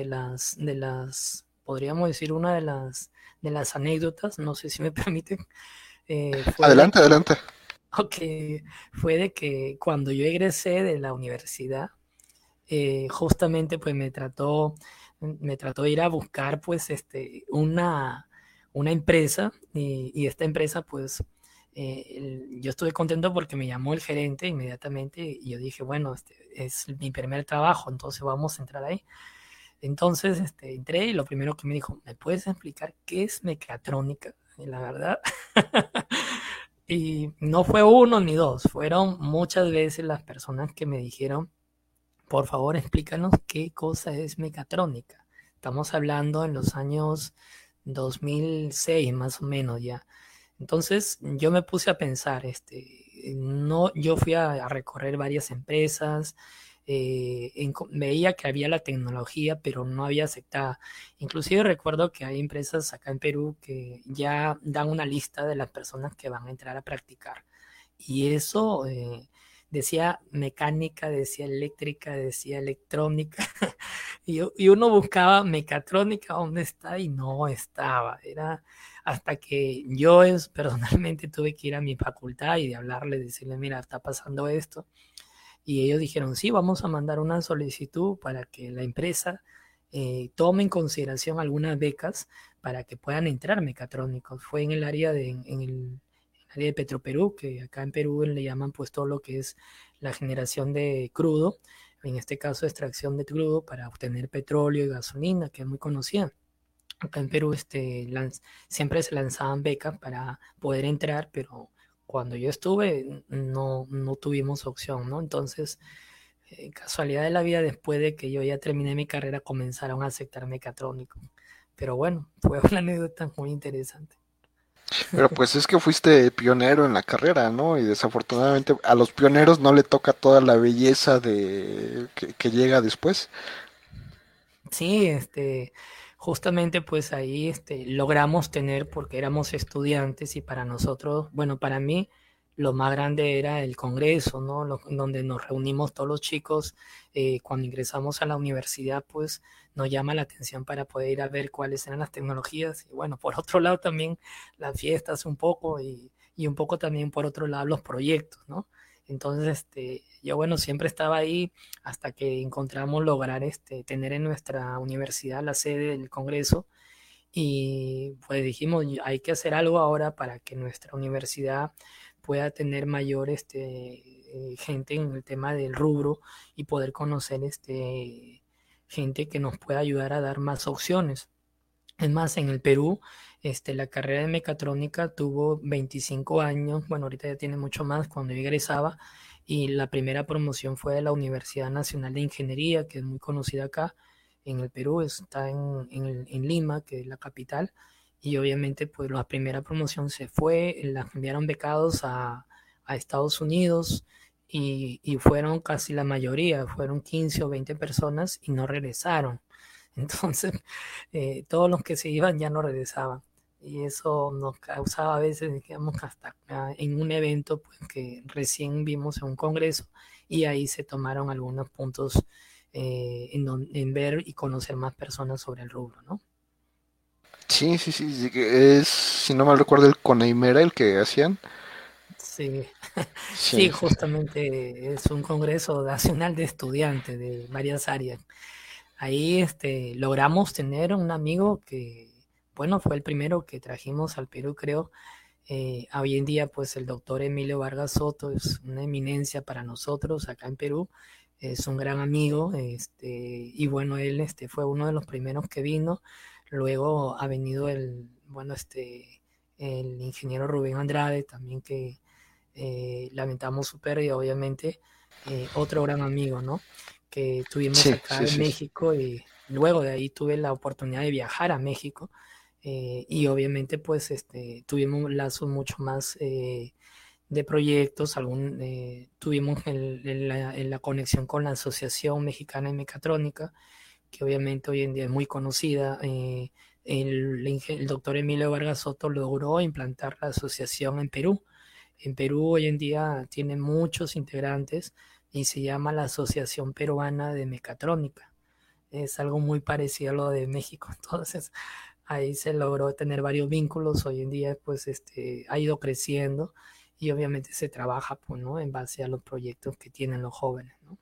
podríamos decir, una de las anécdotas, no sé si me permiten, fue de Adelante, que adelante. Ok, fue de que cuando yo egresé de la universidad, justamente pues me trató de ir a buscar pues una empresa y esta empresa pues yo estuve contento porque me llamó el gerente inmediatamente y yo dije, bueno, este es mi primer trabajo, entonces vamos a entrar ahí. Entonces entré y lo primero que me dijo, ¿me puedes explicar qué es mecatrónica? Y la verdad, y no fue uno ni dos, fueron muchas veces las personas que me dijeron, por favor explícanos qué cosa es mecatrónica. Estamos hablando en los años 2006 más o menos ya. Entonces yo me puse a pensar, no, yo fui a recorrer varias empresas, veía que había la tecnología, pero no había aceptada. Inclusive recuerdo que hay empresas acá en Perú que ya dan una lista de las personas que van a entrar a practicar. Y eso decía mecánica, decía eléctrica, decía electrónica. Y uno buscaba mecatrónica, ¿dónde está? Y no estaba. Era hasta que yo personalmente tuve que ir a mi facultad y de hablarle, decirle, mira, está pasando esto. Y ellos dijeron, sí, vamos a mandar una solicitud para que la empresa tome en consideración algunas becas para que puedan entrar mecatrónicos. Fue en el área el área de Petroperú, que acá en Perú le llaman pues todo lo que es la generación de crudo, en este caso extracción de crudo para obtener petróleo y gasolina, que es muy conocida. Acá en Perú siempre se lanzaban becas para poder entrar, pero cuando yo estuve no tuvimos opción, ¿no? Entonces, casualidad de la vida, después de que yo ya terminé mi carrera, comenzaron a aceptar mecatrónico. Pero bueno, fue una anécdota muy interesante. Pero pues es que fuiste pionero en la carrera, ¿no? Y desafortunadamente a los pioneros no le toca toda la belleza de que llega después. Sí, justamente pues ahí logramos tener, porque éramos estudiantes y para nosotros, bueno, para mí lo más grande era el congreso, ¿no? Donde nos reunimos todos los chicos cuando ingresamos a la universidad, pues nos llama la atención para poder ir a ver cuáles eran las tecnologías y bueno, por otro lado también las fiestas un poco y un poco también por otro lado los proyectos, ¿no? Entonces, yo bueno, siempre estaba ahí hasta que encontramos lograr tener en nuestra universidad la sede del Congreso y pues dijimos, hay que hacer algo ahora para que nuestra universidad pueda tener mayor gente en el tema del rubro y poder conocer gente que nos pueda ayudar a dar más opciones. Es más, en el Perú, la carrera de mecatrónica tuvo 25 años, bueno, ahorita ya tiene mucho más cuando yo egresaba, y la primera promoción fue de la Universidad Nacional de Ingeniería, que es muy conocida acá en el Perú, está en Lima, que es la capital, y obviamente pues la primera promoción se fue, la enviaron becados a Estados Unidos, y fueron casi la mayoría, fueron 15 o 20 personas y no regresaron. Entonces, todos los que se iban ya no regresaban. Y eso nos causaba a veces, digamos, hasta en un evento pues, que recién vimos en un congreso y ahí se tomaron algunos puntos en ver y conocer más personas sobre el rubro, ¿no? Sí, sí, sí, sí, que es, si no mal recuerdo, el Conaimera el que hacían. Sí, sí, Sí, sí, sí. justamente es un congreso nacional de estudiantes de varias áreas. Ahí logramos tener un amigo que, bueno, fue el primero que trajimos al Perú, creo. Hoy en día, pues el doctor Emilio Vargas Soto es una eminencia para nosotros acá en Perú. Es un gran amigo, y bueno, él fue uno de los primeros que vino. Luego ha venido bueno, el ingeniero Rubén Andrade, también que lamentamos su pérdida, obviamente. Otro gran amigo, ¿no? Que tuvimos Sí, acá sí, en sí. México y luego de ahí tuve la oportunidad de viajar a México y obviamente pues tuvimos lazos mucho más de proyectos, tuvimos la conexión con la Asociación Mexicana de Mecatrónica, que obviamente hoy en día es muy conocida. El doctor Emilio Vargas Soto logró implantar la asociación en Perú. En Perú hoy en día tiene muchos integrantes y se llama la Asociación Peruana de Mecatrónica. Es algo muy parecido a lo de México. Entonces, ahí se logró tener varios vínculos. Hoy en día, pues, ha ido creciendo y obviamente se trabaja, pues, ¿no? En base a los proyectos que tienen los jóvenes, ¿no?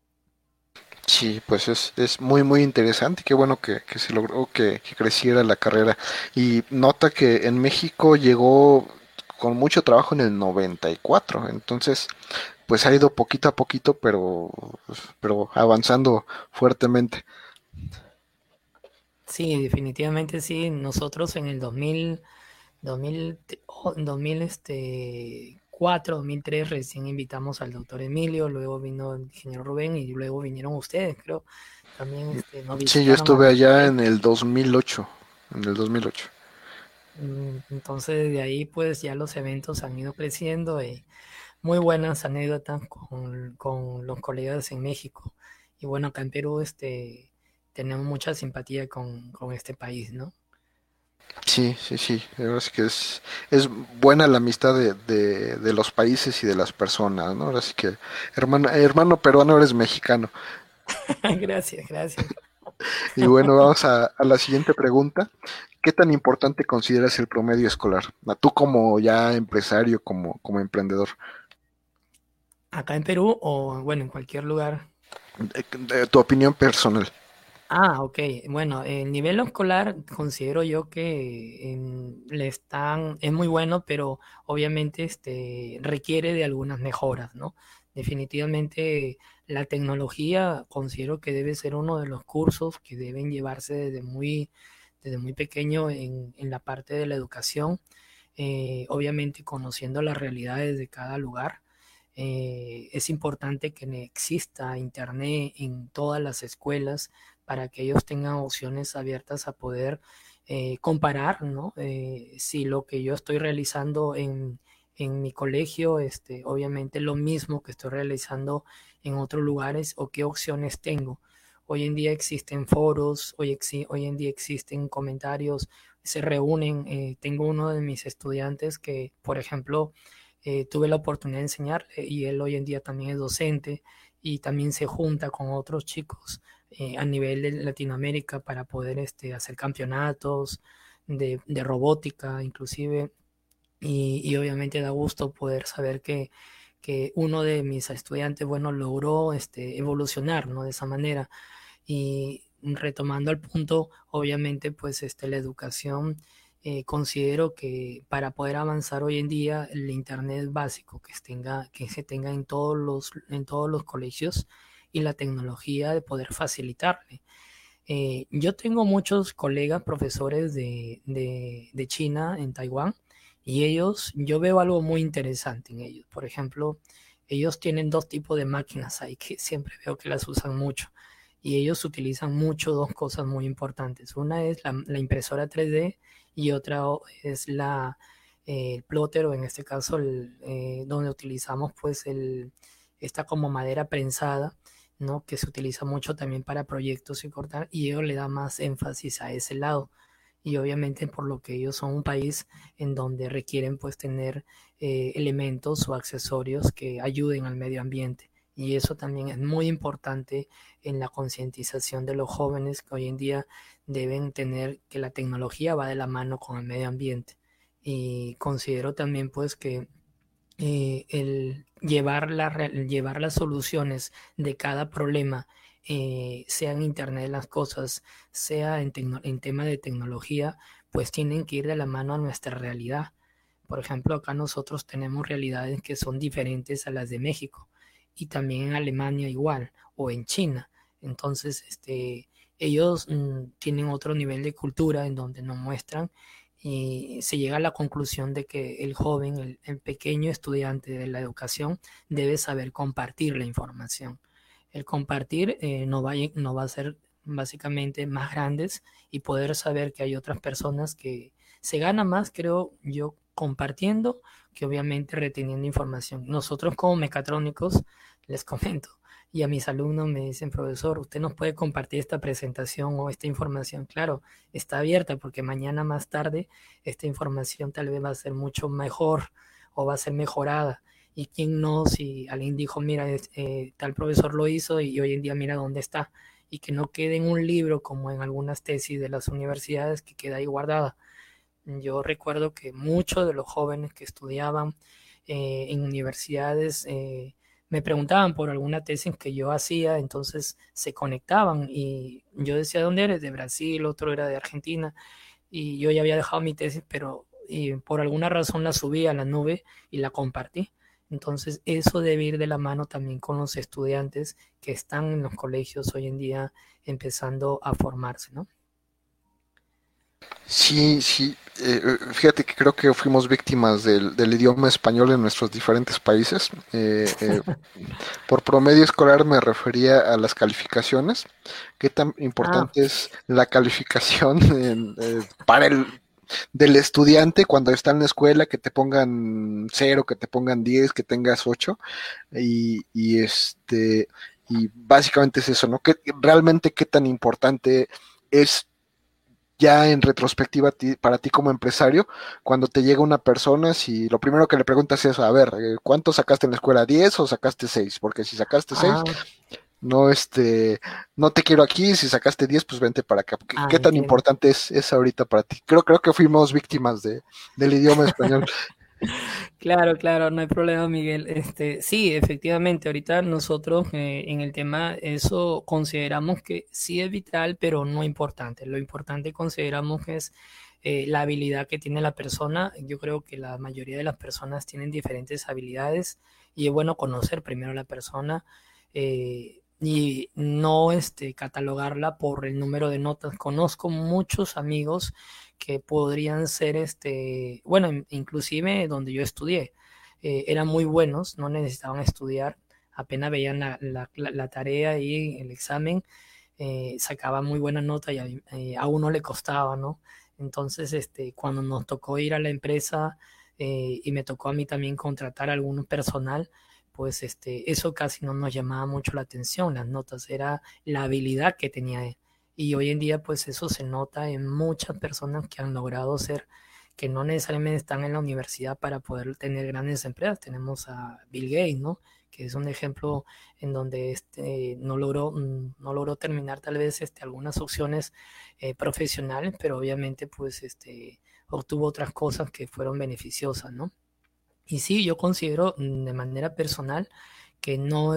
Sí, pues es muy, muy interesante. Qué bueno que se logró que creciera la carrera. Y nota que en México llegó con mucho trabajo en el 94. Entonces, pues ha ido poquito a poquito, pero avanzando fuertemente. Sí, definitivamente sí. Nosotros en el 2000, 2004, 2003 recién invitamos al doctor Emilio, luego vino el ingeniero Rubén y luego vinieron ustedes, creo. También nos Sí, yo visitaron estuve acá en allá México. en el 2008. En el 2008. Entonces de ahí pues ya los eventos han ido creciendo y muy buenas anécdotas con los colegas en México. Y bueno, acá en Perú tenemos mucha simpatía con este país, ¿no? Sí, sí, sí. La verdad es que es buena la amistad de los países y de las personas, ¿no? Ahora sí que, hermano peruano, eres mexicano. Gracias, gracias. Y bueno, vamos a la siguiente pregunta. ¿Qué tan importante consideras el promedio escolar? A tú como ya empresario, como emprendedor. Acá en Perú o bueno, en cualquier lugar. De tu opinión personal. Ah, ok. Bueno, el nivel escolar considero yo que es muy bueno, pero obviamente requiere de algunas mejoras, ¿no? Definitivamente la tecnología considero que debe ser uno de los cursos que deben llevarse desde muy pequeño en la parte de la educación, obviamente conociendo las realidades de cada lugar. Es importante que exista internet en todas las escuelas para que ellos tengan opciones abiertas a poder comparar, ¿no? Si lo que yo estoy realizando en mi colegio, obviamente lo mismo que estoy realizando en otros lugares o qué opciones tengo. Hoy en día existen foros, hoy en día existen comentarios, se reúnen. Tengo uno de mis estudiantes que, por ejemplo, tuve la oportunidad de enseñarle y él hoy en día también es docente y también se junta con otros chicos a nivel de Latinoamérica para poder hacer campeonatos de robótica inclusive y obviamente da gusto poder saber que uno de mis estudiantes, bueno, logró evolucionar, ¿no? De esa manera. Y retomando el punto, obviamente, pues la educación, considero que para poder avanzar hoy en día, el internet básico que se tenga en todos los colegios y la tecnología de poder facilitarle. Yo tengo muchos colegas profesores de China en Taiwán y yo veo algo muy interesante en ellos. Por ejemplo, ellos tienen dos tipos de máquinas ahí que siempre veo que las usan mucho y ellos utilizan mucho dos cosas muy importantes. Una es la impresora 3D y otra es el plotter, o en este caso donde utilizamos pues esta como madera prensada, ¿no? Que se utiliza mucho también para proyectos y cortar, y ellos le da más énfasis a ese lado. Y obviamente por lo que ellos son un país en donde requieren pues tener elementos o accesorios que ayuden al medio ambiente. Y eso también es muy importante en la concientización de los jóvenes que hoy en día deben tener que la tecnología va de la mano con el medio ambiente. Y considero también pues que el llevar las soluciones de cada problema, sea en Internet de las cosas, sea en tema de tecnología, pues tienen que ir de la mano a nuestra realidad. Por ejemplo, acá nosotros tenemos realidades que son diferentes a las de México y también en Alemania igual o en China. Entonces, ellos tienen otro nivel de cultura en donde nos muestran y se llega a la conclusión de que el joven, el pequeño estudiante de la educación debe saber compartir la información. El compartir no va a ser básicamente más grandes y poder saber que hay otras personas que se gana más, creo yo, compartiendo que obviamente reteniendo información. Nosotros como mecatrónicos, les comento, y a mis alumnos me dicen, profesor, usted nos puede compartir esta presentación o esta información. Claro, está abierta porque mañana más tarde esta información tal vez va a ser mucho mejor o va a ser mejorada. Y quién no, si alguien dijo, mira, tal profesor lo hizo y hoy en día mira dónde está. Y que no quede en un libro como en algunas tesis de las universidades que queda ahí guardada. Yo recuerdo que muchos de los jóvenes que estudiaban en universidades me preguntaban por alguna tesis que yo hacía, entonces se conectaban y yo decía, ¿dónde eres? De Brasil, otro era de Argentina, y yo ya había dejado mi tesis, pero por alguna razón la subí a la nube y la compartí. Entonces eso debe ir de la mano también con los estudiantes que están en los colegios hoy en día empezando a formarse, ¿no? Sí, sí, fíjate que creo que fuimos víctimas del idioma español en nuestros diferentes países. Por promedio escolar me refería a las calificaciones. ¿Qué tan Ah, importante es la calificación para del estudiante cuando está en la escuela? Que te pongan 0, que te pongan 10, que tengas 8 y básicamente es eso, ¿no? Realmente qué tan importante es ya en retrospectiva para ti como empresario, cuando te llega una persona, si lo primero que le preguntas es, a ver, ¿cuánto sacaste en la escuela? ¿10 o sacaste 6? Porque si sacaste 6 ah, no, no te quiero aquí, si sacaste 10 pues vente para acá. ¿Qué tan entiendo. importante es ahorita para ti? Creo que fuimos víctimas del idioma español. Claro, claro, no hay problema, Miguel. Sí, efectivamente, ahorita nosotros en el tema eso consideramos que sí es vital, pero no importante. Lo importante consideramos que es la habilidad que tiene la persona. Yo creo que la mayoría de las personas tienen diferentes habilidades y es bueno conocer primero a la persona y no catalogarla por el número de notas. Conozco muchos amigos que podrían ser, bueno, inclusive donde yo estudié, eran muy buenos, no necesitaban estudiar, apenas veían la tarea y el examen, sacaban muy buena nota y a uno le costaba, ¿no? Entonces, cuando nos tocó ir a la empresa y me tocó a mí también contratar a algún personal, pues eso casi no nos llamaba mucho la atención, las notas, era la habilidad que tenía él. Y hoy en día, pues eso se nota en muchas personas que han logrado ser, que no necesariamente están en la universidad para poder tener grandes empresas. Tenemos a Bill Gates, ¿no? Que es un ejemplo en donde no logró terminar tal vez algunas opciones profesionales, pero obviamente pues obtuvo otras cosas que fueron beneficiosas, ¿no? Y sí, yo considero de manera personal que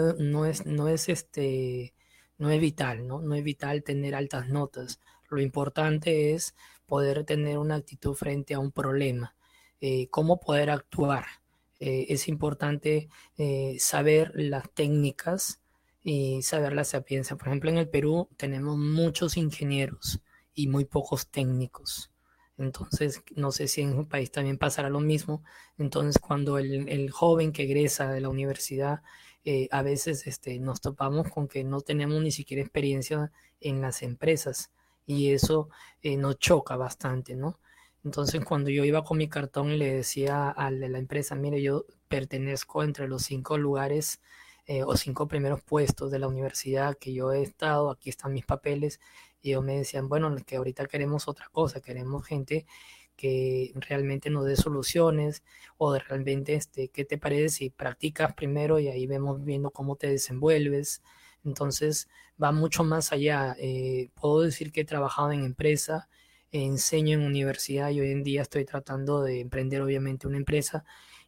no es vital, ¿no? No es vital tener altas notas. Lo importante es poder tener una actitud frente a un problema, cómo poder actuar. Es importante saber las técnicas y saber la sapiencia. Por ejemplo, en el Perú tenemos muchos ingenieros y muy pocos técnicos. Entonces, no sé si en un país también pasará lo mismo. Entonces, cuando el joven que egresa de la universidad, a veces nos topamos con que no tenemos ni siquiera experiencia en las empresas y eso nos choca bastante, ¿no? Entonces, cuando yo iba con mi cartón y le decía al de la empresa, mire, yo pertenezco entre los 5 lugares o 5 primeros puestos de la universidad que yo he estado, aquí están mis papeles, y ellos me decían, bueno, que ahorita queremos otra cosa, queremos gente que realmente nos dé soluciones o de realmente, ¿qué te parece si practicas primero y ahí vemos viendo cómo te desenvuelves? Entonces va mucho más allá. Puedo decir que he trabajado en empresa, enseño en universidad y hoy en día estoy tratando de emprender obviamente una empresa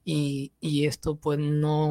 y esto pues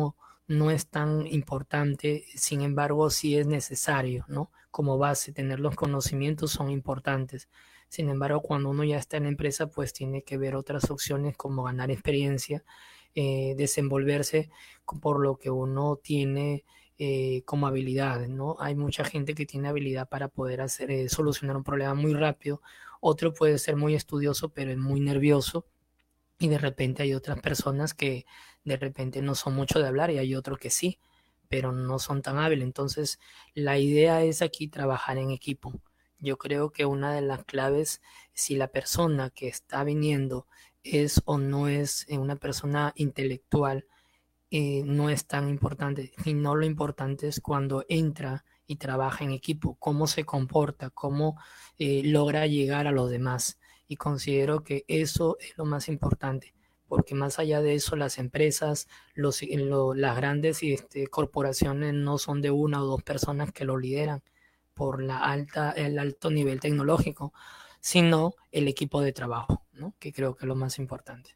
no es tan importante, sin embargo sí es necesario, ¿no? Como base, tener los conocimientos son importantes. Sin embargo, cuando uno ya está en la empresa, pues tiene que ver otras opciones como ganar experiencia, desenvolverse por lo que uno tiene como habilidades, ¿no? Hay mucha gente que tiene habilidad para poder hacer, solucionar un problema muy rápido. Otro puede ser muy estudioso, pero es muy nervioso. Y de repente hay otras personas que de repente no son mucho de hablar y hay otros que sí, pero no son tan hábiles. Entonces, la idea es aquí trabajar en equipo. Yo creo que una de las claves, si la persona que está viniendo es o no es una persona intelectual, no es tan importante, sino lo importante es cuando entra y trabaja en equipo, cómo se comporta, cómo logra llegar a los demás. Y considero que eso es lo más importante, porque más allá de eso, las empresas, las grandes corporaciones no son de una o dos personas que lo lideran por el alto nivel tecnológico, sino el equipo de trabajo, ¿no? Que creo que es lo más importante.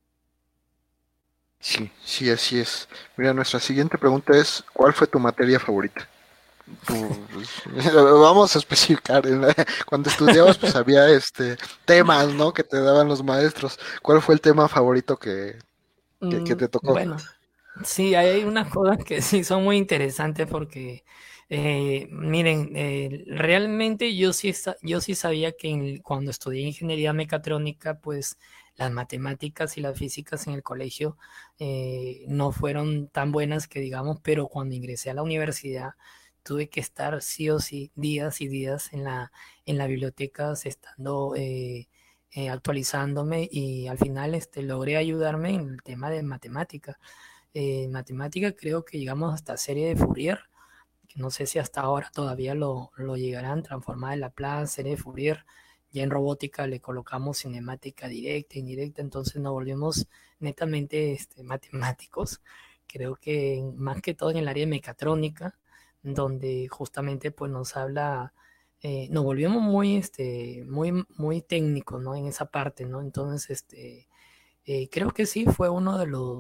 Sí, sí, así es. Mira, nuestra siguiente pregunta es, ¿cuál fue tu materia favorita? Pues, vamos a especificar. Cuando estudiabas, pues había temas, ¿no? Que te daban los maestros. ¿Cuál fue el tema favorito que te tocó? Bueno, sí, hay unas cosas que sí son muy interesantes porque, miren, realmente yo sí sabía que cuando estudié ingeniería mecatrónica, pues las matemáticas y las físicas en el colegio no fueron tan buenas que digamos, pero cuando ingresé a la universidad tuve que estar sí o sí días y días en la biblioteca estando actualizándome y al final logré ayudarme en el tema de matemática. Matemática creo que llegamos hasta serie de Fourier, que no sé si hasta ahora todavía lo llegarán, transformada en Laplace, serie de Fourier. Ya en robótica le colocamos cinemática directa, indirecta, entonces nos volvimos netamente matemáticos. Creo que más que todo en el área de mecatrónica, donde justamente pues nos habla, nos volvimos muy técnicos, ¿no? En esa parte, ¿no? Entonces, creo que sí fue uno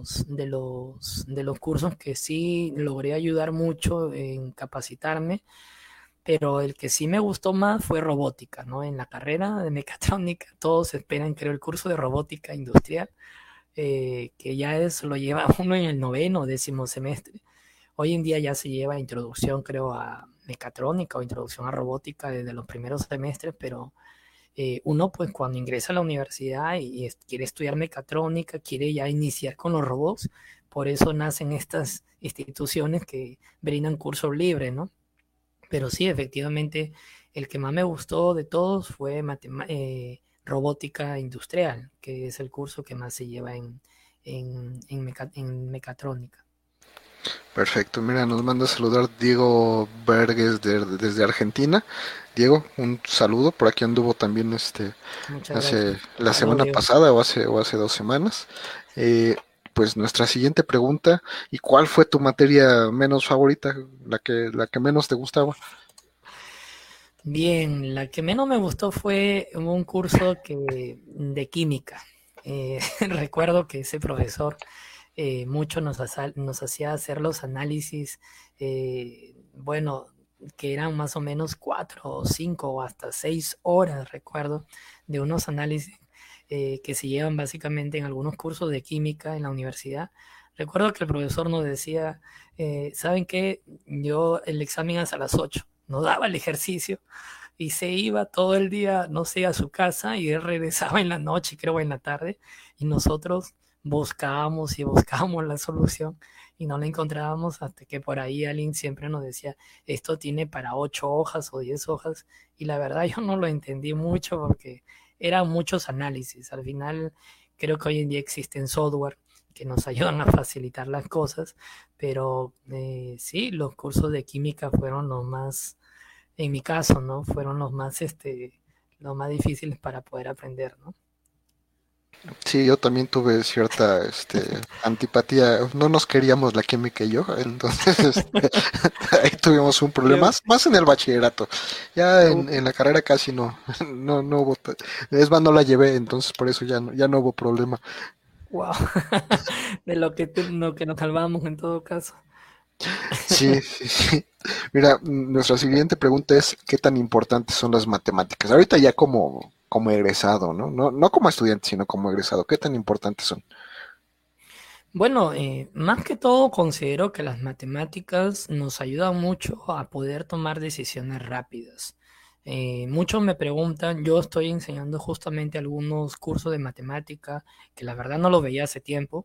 de los cursos que sí logré ayudar mucho en capacitarme, pero el que sí me gustó más fue robótica, ¿no? En la carrera de mecatrónica todos esperan, creo, el curso de robótica industrial, que ya es, lo lleva uno en el noveno o 10.º semestre. Hoy en día ya se lleva introducción, creo, a mecatrónica o introducción a robótica desde los primeros semestres, pero uno pues cuando ingresa a la universidad y quiere estudiar mecatrónica, quiere ya iniciar con los robots, por eso nacen estas instituciones que brindan cursos libres, ¿no? Pero sí, efectivamente, el que más me gustó de todos fue robótica industrial, que es el curso que más se lleva en mecatrónica. Perfecto. Mira, nos manda a saludar Diego Verges desde Argentina. Diego, un saludo. Por aquí anduvo también Muchas hace gracias. la Saludos, semana Diego. pasada o hace 2 semanas. Eh, pues nuestra siguiente pregunta, ¿y cuál fue tu materia menos favorita, la que menos te gustaba? Bien, la que menos me gustó fue un curso de química. Recuerdo que ese profesor mucho nos hacía hacer los análisis, bueno, que eran más o menos 4 o 5 o hasta 6 horas, recuerdo, de unos análisis que se llevan básicamente en algunos cursos de química en la universidad. Recuerdo que el profesor nos decía, ¿saben qué? Yo el examen es a las 8, nos daba el ejercicio y se iba todo el día, no sé, a su casa y él regresaba en la noche, creo en la tarde, y nosotros buscábamos y buscábamos la solución y no la encontrábamos hasta que por ahí alguien siempre nos decía, esto tiene para 8 hojas o 10 hojas, y la verdad yo no lo entendí mucho porque eran muchos análisis. Al final creo que hoy en día existen software que nos ayudan a facilitar las cosas, pero sí, los cursos de química fueron los más, en mi caso, ¿no? Fueron los más difíciles para poder aprender, ¿no? Sí, yo también tuve cierta antipatía. No nos queríamos la química y yo, entonces ahí tuvimos un problema, Creo, más en el bachillerato. Ya en la carrera casi no, no hubo, es más, no la llevé, entonces por eso ya no hubo problema. wow, de lo que nos salvamos en todo caso. Sí, sí, sí. Mira, nuestra siguiente pregunta es, ¿qué tan importantes son las matemáticas? Ahorita ya como egresado, ¿no? No como estudiante, sino como egresado, ¿qué tan importantes son? Bueno, más que todo considero que las matemáticas nos ayudan mucho a poder tomar decisiones rápidas. Muchos me preguntan, yo estoy enseñando justamente algunos cursos de matemática que la verdad no lo veía hace tiempo,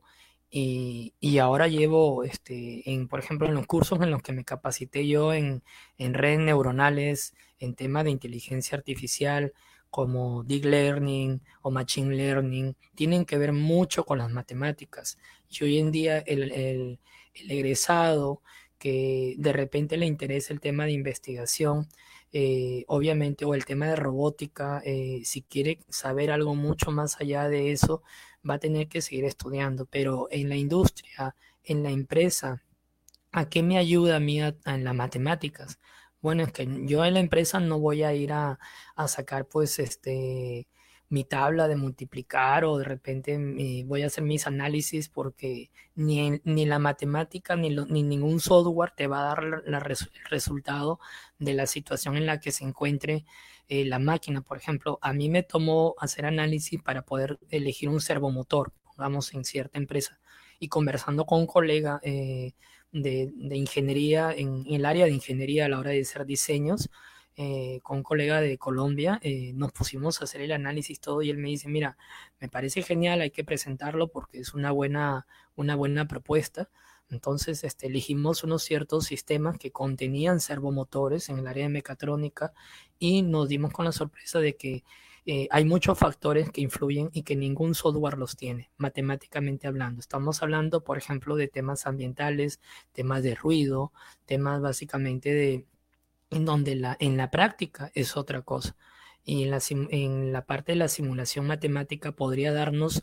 y ahora llevo, por ejemplo, en los cursos en los que me capacité yo en redes neuronales, en temas de inteligencia artificial, como Deep Learning o Machine Learning, tienen que ver mucho con las matemáticas. Y hoy en día el egresado que de repente le interesa el tema de investigación, obviamente, o el tema de robótica, si quiere saber algo mucho más allá de eso, va a tener que seguir estudiando. Pero en la industria, en la empresa, ¿a qué me ayuda a mí en las matemáticas? Bueno, es que yo en la empresa no voy a ir a sacar pues mi tabla de multiplicar, o de repente voy a hacer mis análisis, porque ni la matemática ni ningún software te va a dar el resultado de la situación en la que se encuentre la máquina. Por ejemplo, a mí me tomó hacer análisis para poder elegir un servomotor, pongamos, en cierta empresa. Y conversando con un colega, de ingeniería, en el área de ingeniería a la hora de hacer diseños, con un colega de Colombia, nos pusimos a hacer el análisis todo, y él me dice, mira, me parece genial, hay que presentarlo porque es una buena propuesta. Entonces, elegimos unos ciertos sistemas que contenían servomotores en el área de mecatrónica, y nos dimos con la sorpresa de que hay muchos factores que influyen y que ningún software los tiene, matemáticamente hablando. Estamos hablando, por ejemplo, de temas ambientales, temas de ruido, temas básicamente en donde en la práctica es otra cosa. Y en la parte de la simulación matemática podría darnos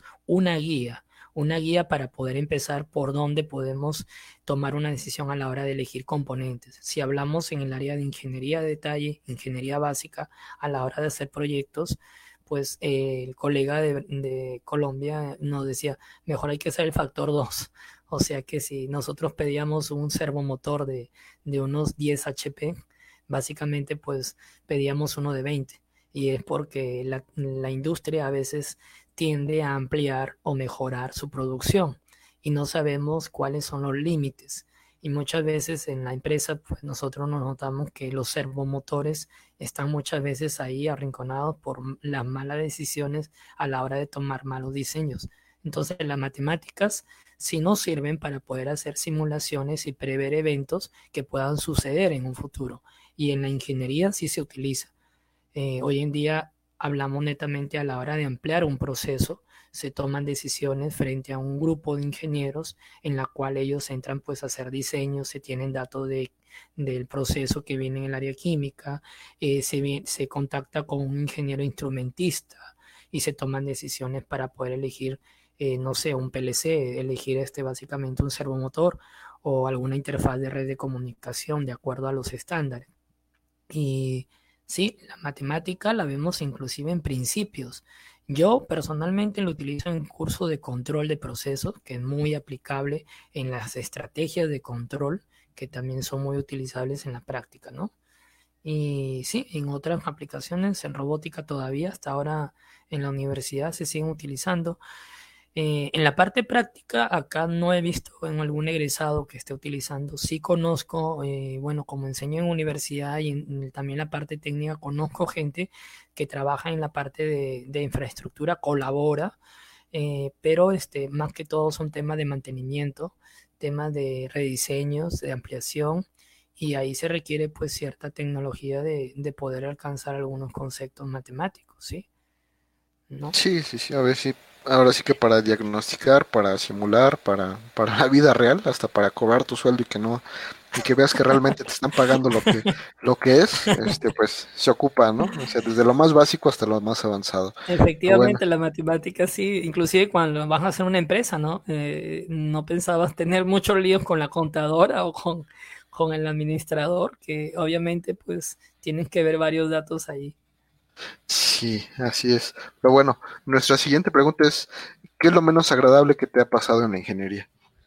una guía para poder empezar por dónde podemos tomar una decisión a la hora de elegir componentes. Si hablamos en el área de ingeniería de detalle, ingeniería básica, a la hora de hacer proyectos, pues el colega de Colombia nos decía, mejor hay que hacer el factor 2. O sea que si nosotros pedíamos un servomotor de unos 10 HP, básicamente pues pedíamos uno de 20. Y es porque la industria a veces tiende a ampliar o mejorar su producción y no sabemos cuáles son los límites. Y muchas veces en la empresa, pues nosotros nos notamos que los servomotores están muchas veces ahí arrinconados por las malas decisiones a la hora de tomar malos diseños. Entonces las matemáticas sí nos sirven para poder hacer simulaciones y prever eventos que puedan suceder en un futuro. Y en la ingeniería sí se utiliza. Hoy en día hablamos netamente a la hora de ampliar un proceso, se toman decisiones frente a un grupo de ingenieros en la cual ellos entran pues a hacer diseños, se tienen datos del proceso que viene en el área química, se contacta con un ingeniero instrumentista y se toman decisiones para poder elegir, no sé, un PLC, elegir básicamente un servomotor o alguna interfaz de red de comunicación de acuerdo a los estándares. Y sí, la matemática la vemos inclusive en principios. Yo personalmente lo utilizo en curso de control de procesos, que es muy aplicable en las estrategias de control, que también son muy utilizables en la práctica, ¿no? Y sí, en otras aplicaciones, en robótica todavía, hasta ahora en la universidad se siguen utilizando. En la parte práctica, acá no he visto en algún egresado que esté utilizando. Sí conozco, bueno, como enseño en universidad y también la parte técnica, conozco gente que trabaja en la parte de infraestructura, colabora, pero más que todo son temas de mantenimiento, temas de rediseños, de ampliación, y ahí se requiere pues cierta tecnología de poder alcanzar algunos conceptos matemáticos, ¿sí? ¿No? Sí, sí, sí, a ver si, ahora sí que para diagnosticar, para simular, para la vida real, hasta para cobrar tu sueldo y que veas que realmente te están pagando lo que es, pues se ocupa, ¿no? O sea, desde lo más básico hasta lo más avanzado. Pero bueno, Efectivamente, la matemática sí, inclusive cuando vas a hacer una empresa, ¿no? No pensabas tener muchos líos con la contadora o con el administrador, que obviamente pues tienes que ver varios datos ahí. sí, así es. Pero bueno, nuestra siguiente pregunta es, ¿qué es lo menos agradable que te ha pasado en la ingeniería?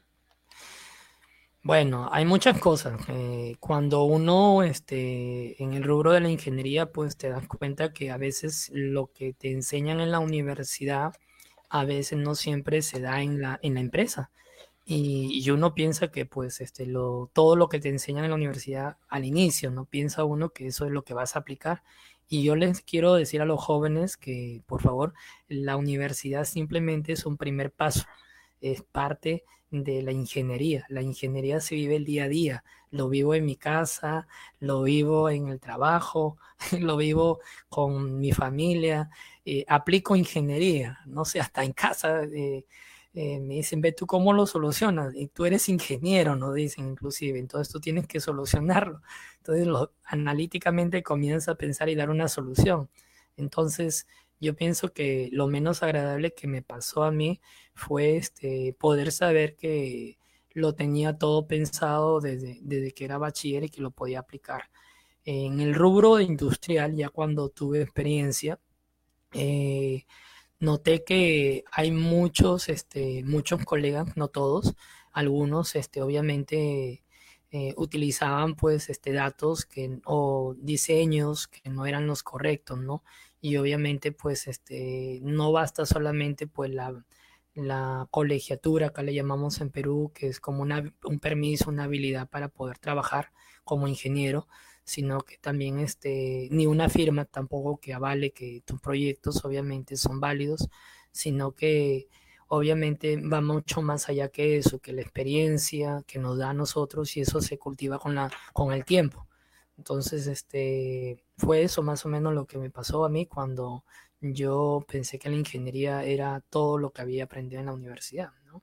Bueno, hay muchas cosas. Cuando uno en el rubro de la ingeniería, pues te das cuenta que a veces lo que te enseñan en la universidad, a veces no siempre se da en la empresa. Y uno piensa que pues todo lo que te enseñan en la universidad al inicio, no piensa uno que eso es lo que vas a aplicar. Y yo les quiero decir a los jóvenes que por favor, la universidad simplemente es un primer paso, es parte de la ingeniería. La ingeniería se vive el día a día. Lo vivo en mi casa, lo vivo en el trabajo, lo vivo con mi familia. Aplico ingeniería, no sé, hasta en casa. Me dicen, ve tú cómo lo solucionas. Y tú eres ingeniero, nos dicen inclusive. Entonces tú tienes que solucionarlo. Entonces analíticamente comienza a pensar y dar una solución. Entonces yo pienso que lo menos agradable que me pasó a mí fue poder saber que lo tenía todo pensado desde que era bachiller y que lo podía aplicar. En el rubro industrial, ya cuando tuve experiencia, eh, noté que hay muchos colegas, no todos, algunos, obviamente utilizaban pues datos o diseños que no eran los correctos, ¿no? Y obviamente pues no basta solamente pues la colegiatura, acá le llamamos en Perú, que es como un permiso, una habilidad para poder trabajar como ingeniero, sino que también ni una firma tampoco que avale que tus proyectos obviamente son válidos, sino que obviamente va mucho más allá que eso, que la experiencia que nos da a nosotros y eso se cultiva con el tiempo. Entonces, fue eso más o menos lo que me pasó a mí cuando yo pensé que la ingeniería era todo lo que había aprendido en la universidad, ¿no?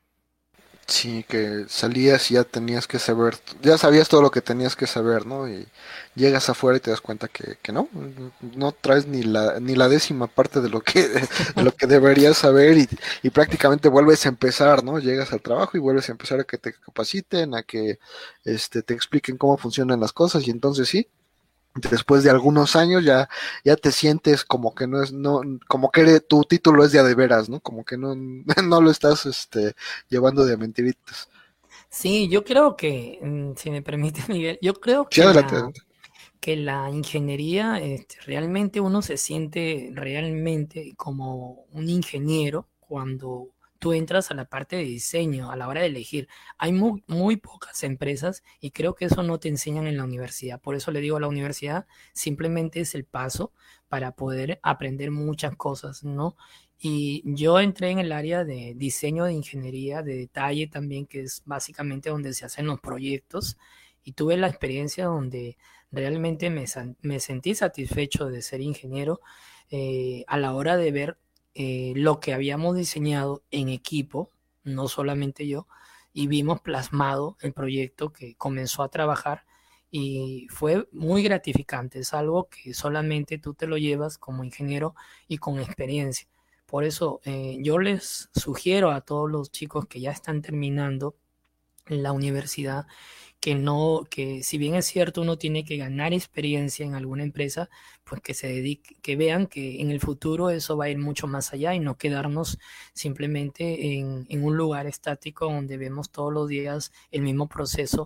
Sí, que salías y ya tenías que saber, ya sabías todo lo que tenías que saber, ¿no? Y llegas afuera y te das cuenta que no, no traes ni la décima parte de lo que deberías saber y prácticamente vuelves a empezar, ¿no? Llegas al trabajo y vuelves a empezar a que te capaciten, a que te expliquen cómo funcionan las cosas y entonces sí, después de algunos años ya te sientes como que no es, no, como que tu título es de veras, ¿no? Como que no, no lo estás llevando de mentiritas. Sí, yo creo que, si me permite, Miguel, yo creo Sí, adelante, adelante. que la ingeniería, realmente uno se siente realmente como un ingeniero cuando tú entras a la parte de diseño, a la hora de elegir. Hay muy pocas empresas y creo que eso no te enseñan en la universidad. Por eso le digo a la universidad, simplemente es el paso para poder aprender muchas cosas, ¿no? Y yo entré en el área de diseño de ingeniería, de detalle también, que es básicamente donde se hacen los proyectos. Y tuve la experiencia donde realmente me sentí satisfecho de ser ingeniero a la hora de ver lo que habíamos diseñado en equipo, no solamente yo, y vimos plasmado el proyecto que comenzó a trabajar y fue muy gratificante. Es algo que solamente tú te lo llevas como ingeniero y con experiencia. Por eso yo les sugiero a todos los chicos que ya están terminando la universidad, que no, que si bien es cierto uno tiene que ganar experiencia en alguna empresa, pues que se dedique, que vean que en el futuro eso va a ir mucho más allá y no quedarnos simplemente en un lugar estático donde vemos todos los días el mismo proceso,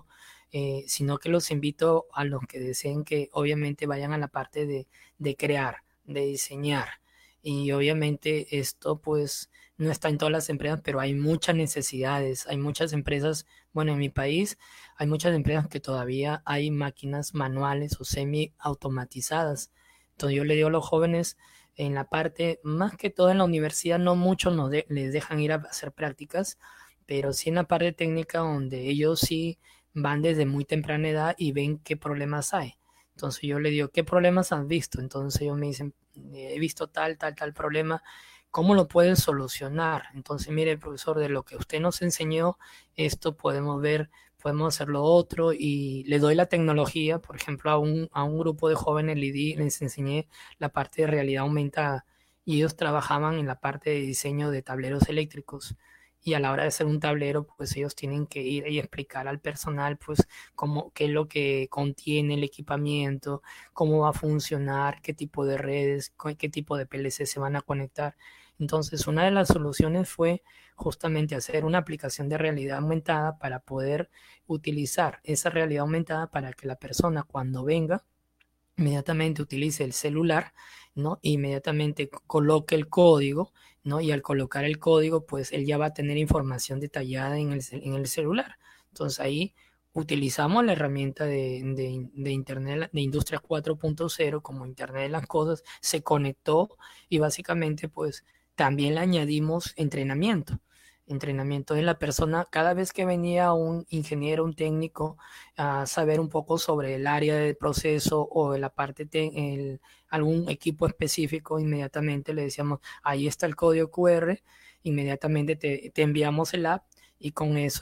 sino que los invito a los que deseen que obviamente vayan a la parte de crear, de diseñar. Y obviamente esto pues no está en todas las empresas, pero hay muchas necesidades, hay muchas empresas, bueno, en mi país hay muchas empresas que todavía hay máquinas manuales o semi automatizadas. Entonces yo le digo a los jóvenes en la parte, más que todo en la universidad, no muchos les dejan ir a hacer prácticas, pero sí en la parte técnica donde ellos sí van desde muy temprana edad y ven qué problemas hay. Entonces yo le digo, ¿qué problemas han visto? Entonces ellos me dicen, he visto tal problema, ¿cómo lo pueden solucionar? Entonces, mire, profesor, de lo que usted nos enseñó, esto podemos ver, podemos hacer lo otro y le doy la tecnología, por ejemplo, a un grupo de jóvenes les enseñé la parte de realidad aumentada y ellos trabajaban en la parte de diseño de tableros eléctricos. Y a la hora de hacer un tablero, pues ellos tienen que ir y explicar al personal, pues, cómo, qué es lo que contiene el equipamiento, cómo va a funcionar, qué tipo de redes, qué tipo de PLC se van a conectar. Entonces, una de las soluciones fue justamente hacer una aplicación de realidad aumentada para poder utilizar esa realidad aumentada para que la persona cuando venga inmediatamente utilice el celular, ¿no? Inmediatamente coloque el código, ¿no? Y al colocar el código, pues él ya va a tener información detallada en el celular. Entonces ahí utilizamos la herramienta de Internet, de Industria 4.0 como Internet de las Cosas, se conectó y básicamente pues también le añadimos entrenamiento. Entrenamiento de la persona, cada vez que venía un ingeniero, un técnico, a saber un poco sobre el área del proceso o de la parte algún equipo específico, inmediatamente le decíamos, ahí está el código QR, inmediatamente te enviamos el app y con eso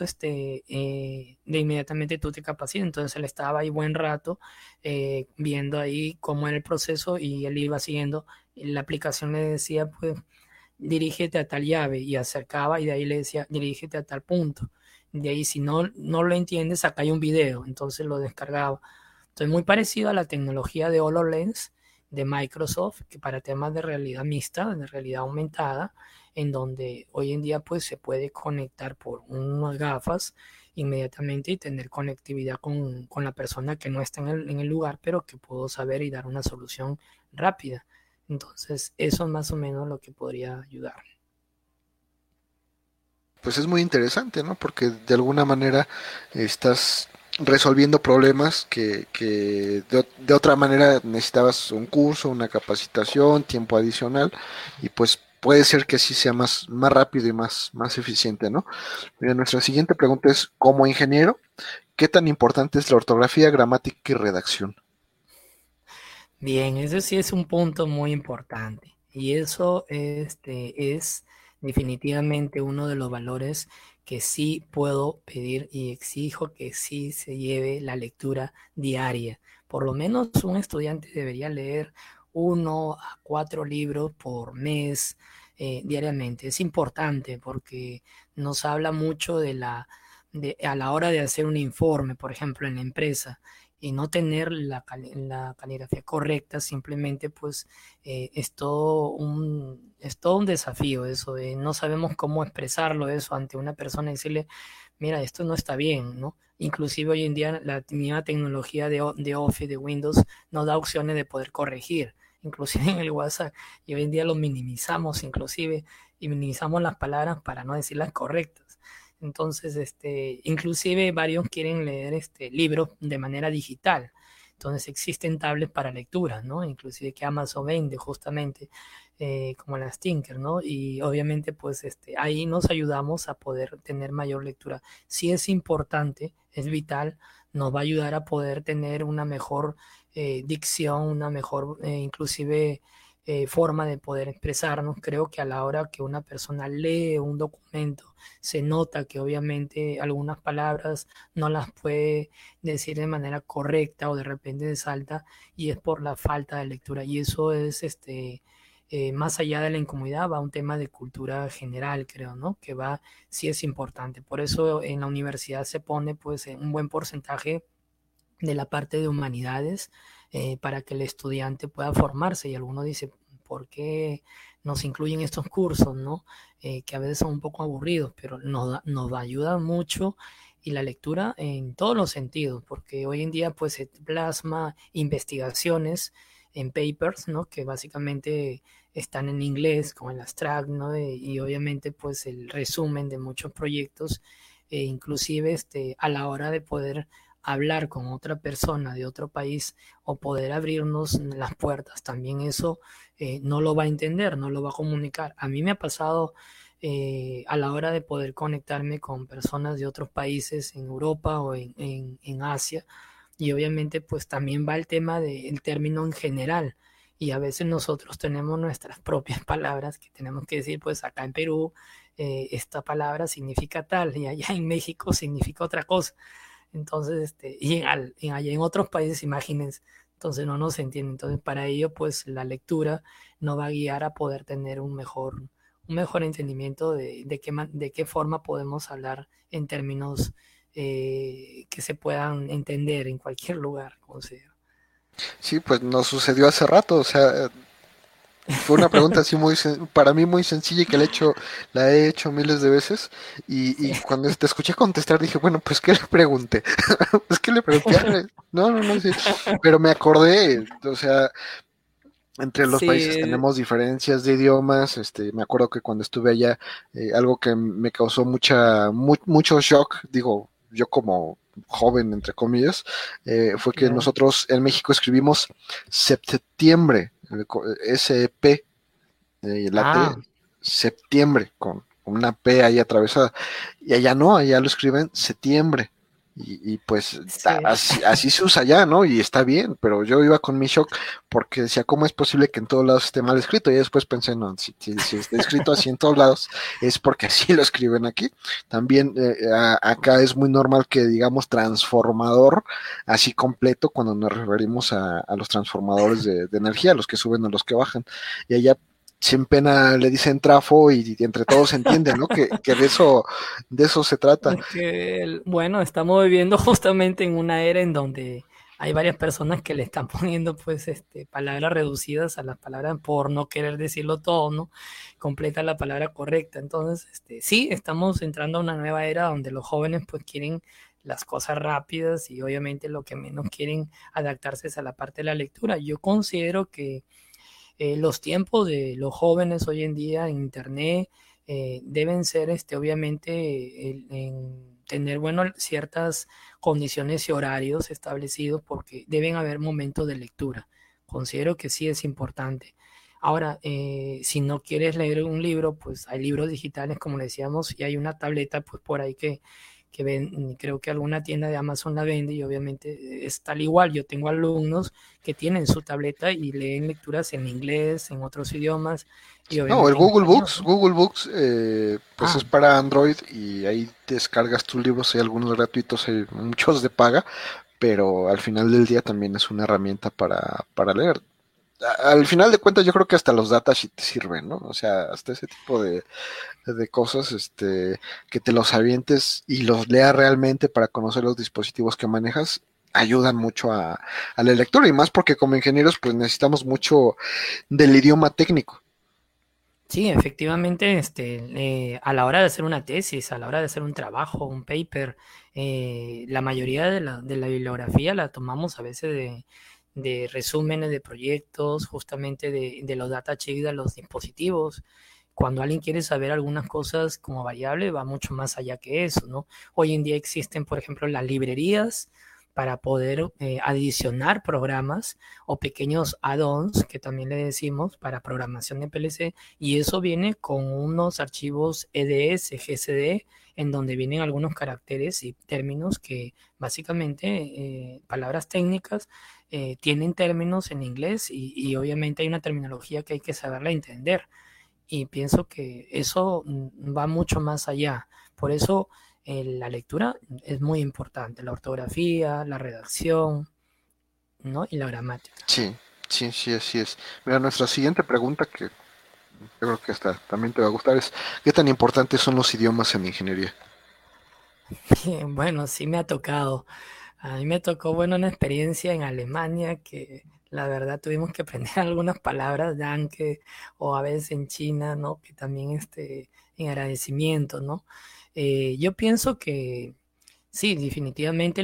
de inmediatamente tú te capacitas. Entonces él estaba ahí buen rato viendo ahí cómo era el proceso y él iba siguiendo. La aplicación le decía, pues, dirígete a tal llave y acercaba y de ahí le decía, dirígete a tal punto. De ahí, si no lo entiendes, acá hay un video, entonces lo descargaba. Entonces, muy parecido a la tecnología de HoloLens de Microsoft, que para temas de realidad mixta, de realidad aumentada, en donde hoy en día pues se puede conectar por unas gafas inmediatamente y tener conectividad con la persona que no está en el lugar, pero que puedo saber y dar una solución rápida. Entonces, eso es más o menos lo que podría ayudar. Pues es muy interesante, ¿no? Porque de alguna manera estás resolviendo problemas que de otra manera necesitabas un curso, una capacitación, tiempo adicional, y pues puede ser que así sea más rápido y más eficiente, ¿no? Mira, nuestra siguiente pregunta es, como ingeniero, ¿qué tan importante es la ortografía, gramática y redacción? Bien, eso sí es un punto muy importante y eso es definitivamente uno de los valores que sí puedo pedir y exijo que sí se lleve la lectura diaria. Por lo menos un estudiante debería leer 1 a 4 libros por mes diariamente. Es importante porque nos habla mucho a la hora de hacer un informe, por ejemplo, en la empresa y no tener la caligrafía correcta, simplemente pues es todo un desafío eso, no sabemos cómo expresarlo eso ante una persona y decirle, mira, esto no está bien, ¿no? Inclusive hoy en día la misma tecnología de Office, de Windows, nos da opciones de poder corregir, inclusive en el WhatsApp, y hoy en día lo minimizamos inclusive, y minimizamos las palabras para no decirlas correctas. Entonces, inclusive varios quieren leer libros de manera digital. Entonces existen tablets para lectura, ¿no? Inclusive que Amazon vende justamente como las Tinker, ¿no? Y obviamente pues ahí nos ayudamos a poder tener mayor lectura. Sí es importante, es vital, nos va a ayudar a poder tener una mejor dicción, una mejor inclusive forma de poder expresarnos. Creo que a la hora que una persona lee un documento, se nota que obviamente algunas palabras no las puede decir de manera correcta o de repente salta y es por la falta de lectura y eso es más allá de la incomodidad, va un tema de cultura general, creo, ¿no? Que va, sí es importante. Por eso en la universidad se pone pues un buen porcentaje de la parte de humanidades para que el estudiante pueda formarse. Y alguno dice, ¿por qué nos incluyen estos cursos, no? Que a veces son un poco aburridos, pero nos ayuda mucho y la lectura en todos los sentidos, porque hoy en día pues se plasma investigaciones en papers, ¿no? Que básicamente están en inglés, como el abstract, ¿no? Y obviamente pues el resumen de muchos proyectos, inclusive a la hora de poder hablar con otra persona de otro país o poder abrirnos las puertas, también eso no lo va a entender, no lo va a comunicar. A mí me ha pasado a la hora de poder conectarme con personas de otros países en Europa o en Asia, y obviamente pues también va el tema del término en general. Y a veces nosotros tenemos nuestras propias palabras que tenemos que decir, pues acá en Perú esta palabra significa tal y allá en México significa otra cosa. Entonces, allá en otros países, imagínense, entonces no nos entiende. Entonces, para ello, pues la lectura nos va a guiar a poder tener un mejor entendimiento de qué forma podemos hablar en términos que se puedan entender en cualquier lugar, como sea. Sí, pues nos sucedió hace rato, o sea, fue una pregunta así para mí muy sencilla y que la he hecho miles de veces y cuando te escuché contestar dije, bueno, pues ¿qué le pregunté? Pues ¿qué le pregunté? No, no, no, sí, pero me acordé, o sea, entre los países Sí, tenemos diferencias de idiomas, me acuerdo que cuando estuve allá, algo que me causó mucho shock, digo, yo como joven, entre comillas, fue que claro. nosotros en México escribimos septiembre, S-E-P, la T, Ah, septiembre, con una P ahí atravesada, y allá no, allá lo escriben septiembre. Y pues sí. así se usa ya, ¿no? Y está bien, pero yo iba con mi shock porque decía, ¿cómo es posible que en todos lados esté mal escrito? Y después pensé, no, si está escrito así en todos lados, es porque así lo escriben aquí. También acá es muy normal que digamos transformador así completo cuando nos referimos a los transformadores de energía, los que suben o los que bajan. Y allá sin pena le dicen trafo y entre todos se entiende, ¿no? Que de eso se trata. Bueno, estamos viviendo justamente en una era en donde hay varias personas que le están poniendo pues palabras reducidas a las palabras por no querer decirlo todo, ¿no? Completa la palabra correcta. Entonces, sí, estamos entrando a una nueva era donde los jóvenes pues quieren las cosas rápidas y obviamente lo que menos quieren adaptarse es a la parte de la lectura. Yo considero que los tiempos de los jóvenes hoy en día en Internet deben ser, obviamente, en tener, bueno, ciertas condiciones y horarios establecidos porque deben haber momentos de lectura. Considero que sí es importante. Ahora, si no quieres leer un libro, pues hay libros digitales, como le decíamos, y hay una tableta, pues por ahí que ven, creo que alguna tienda de Amazon la vende y obviamente es tal igual. Yo tengo alumnos que tienen su tableta y leen lecturas en inglés, en otros idiomas y No, el obviamente en español, ¿no? Google Books, pues Ah, es para Android y ahí descargas tus libros, hay algunos gratuitos, hay muchos de paga, pero al final del día también es una herramienta para leer. Al final de cuentas yo creo que hasta los datasheets te sirven, ¿no? O sea, hasta ese tipo de cosas, que te los avientes y los leas realmente para conocer los dispositivos que manejas, ayudan mucho a la lectura y más porque como ingenieros pues necesitamos mucho del idioma técnico. sí, efectivamente, a la hora de hacer una tesis, a la hora de hacer un trabajo, un paper, la mayoría de la bibliografía la tomamos a veces de resúmenes de proyectos, justamente de los datasheets de los dispositivos. Cuando alguien quiere saber algunas cosas como variable, va mucho más allá que eso, ¿no? Hoy en día existen, por ejemplo, las librerías para poder adicionar programas o pequeños add-ons que también le decimos para programación de PLC, y eso viene con unos archivos EDS, GCD, en donde vienen algunos caracteres y términos que básicamente, palabras técnicas, tienen términos en inglés y obviamente hay una terminología que hay que saberla entender. Y pienso que eso va mucho más allá. Por eso la lectura es muy importante, la ortografía, la redacción, ¿no? Y la gramática. Sí, Sí, sí, así es. Mira, nuestra siguiente pregunta, que yo creo que hasta también te va a gustar, es ¿qué tan importantes son los idiomas en ingeniería? Bueno, sí me ha tocado. A mí me tocó, bueno, una experiencia en Alemania que la verdad tuvimos que aprender algunas palabras, danke, o a veces en China, ¿no? Que también en agradecimiento, ¿no? Yo pienso que sí, definitivamente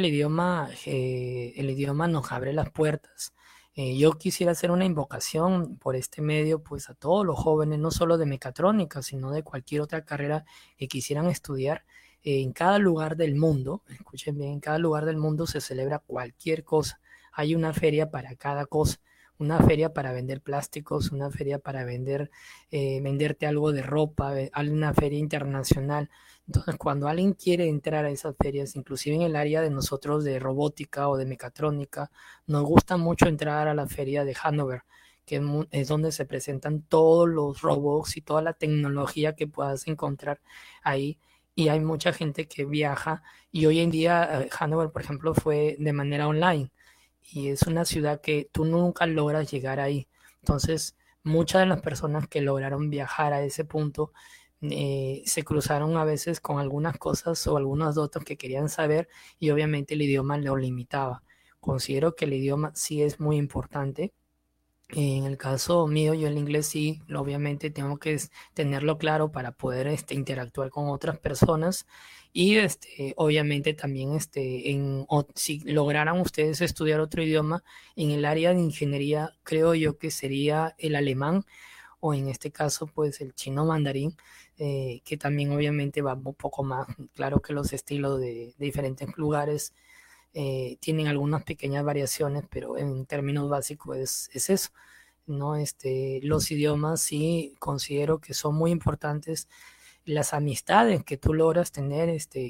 el idioma nos abre las puertas. Yo quisiera hacer una invocación por este medio, pues a todos los jóvenes, no solo de mecatrónica, sino de cualquier otra carrera que quisieran estudiar. En cada lugar del mundo, escuchen bien, en cada lugar del mundo se celebra cualquier cosa. Hay una feria para cada cosa. Una feria para vender plásticos, una feria para venderte algo de ropa, hay una feria internacional. Entonces, cuando alguien quiere entrar a esas ferias, inclusive en el área de nosotros de robótica o de mecatrónica, nos gusta mucho entrar a la feria de Hannover, que es donde se presentan todos los robots y toda la tecnología que puedas encontrar ahí. Y hay mucha gente que viaja y hoy en día Hannover, por ejemplo, fue de manera online y es una ciudad que tú nunca logras llegar ahí. Entonces, muchas de las personas que lograron viajar a ese punto se cruzaron a veces con algunas cosas o algunos datos que querían saber y obviamente el idioma lo limitaba. Considero que el idioma sí es muy importante. En el caso mío, yo el inglés sí, obviamente tengo que tenerlo claro para poder interactuar con otras personas y obviamente también si lograran ustedes estudiar otro idioma en el área de ingeniería, creo yo que sería el alemán o en este caso pues el chino mandarín, que también obviamente va un poco más claro que los estilos de diferentes lugares tienen algunas pequeñas variaciones, pero en términos básicos es eso, ¿no? Los idiomas sí considero que son muy importantes, las amistades que tú logras tener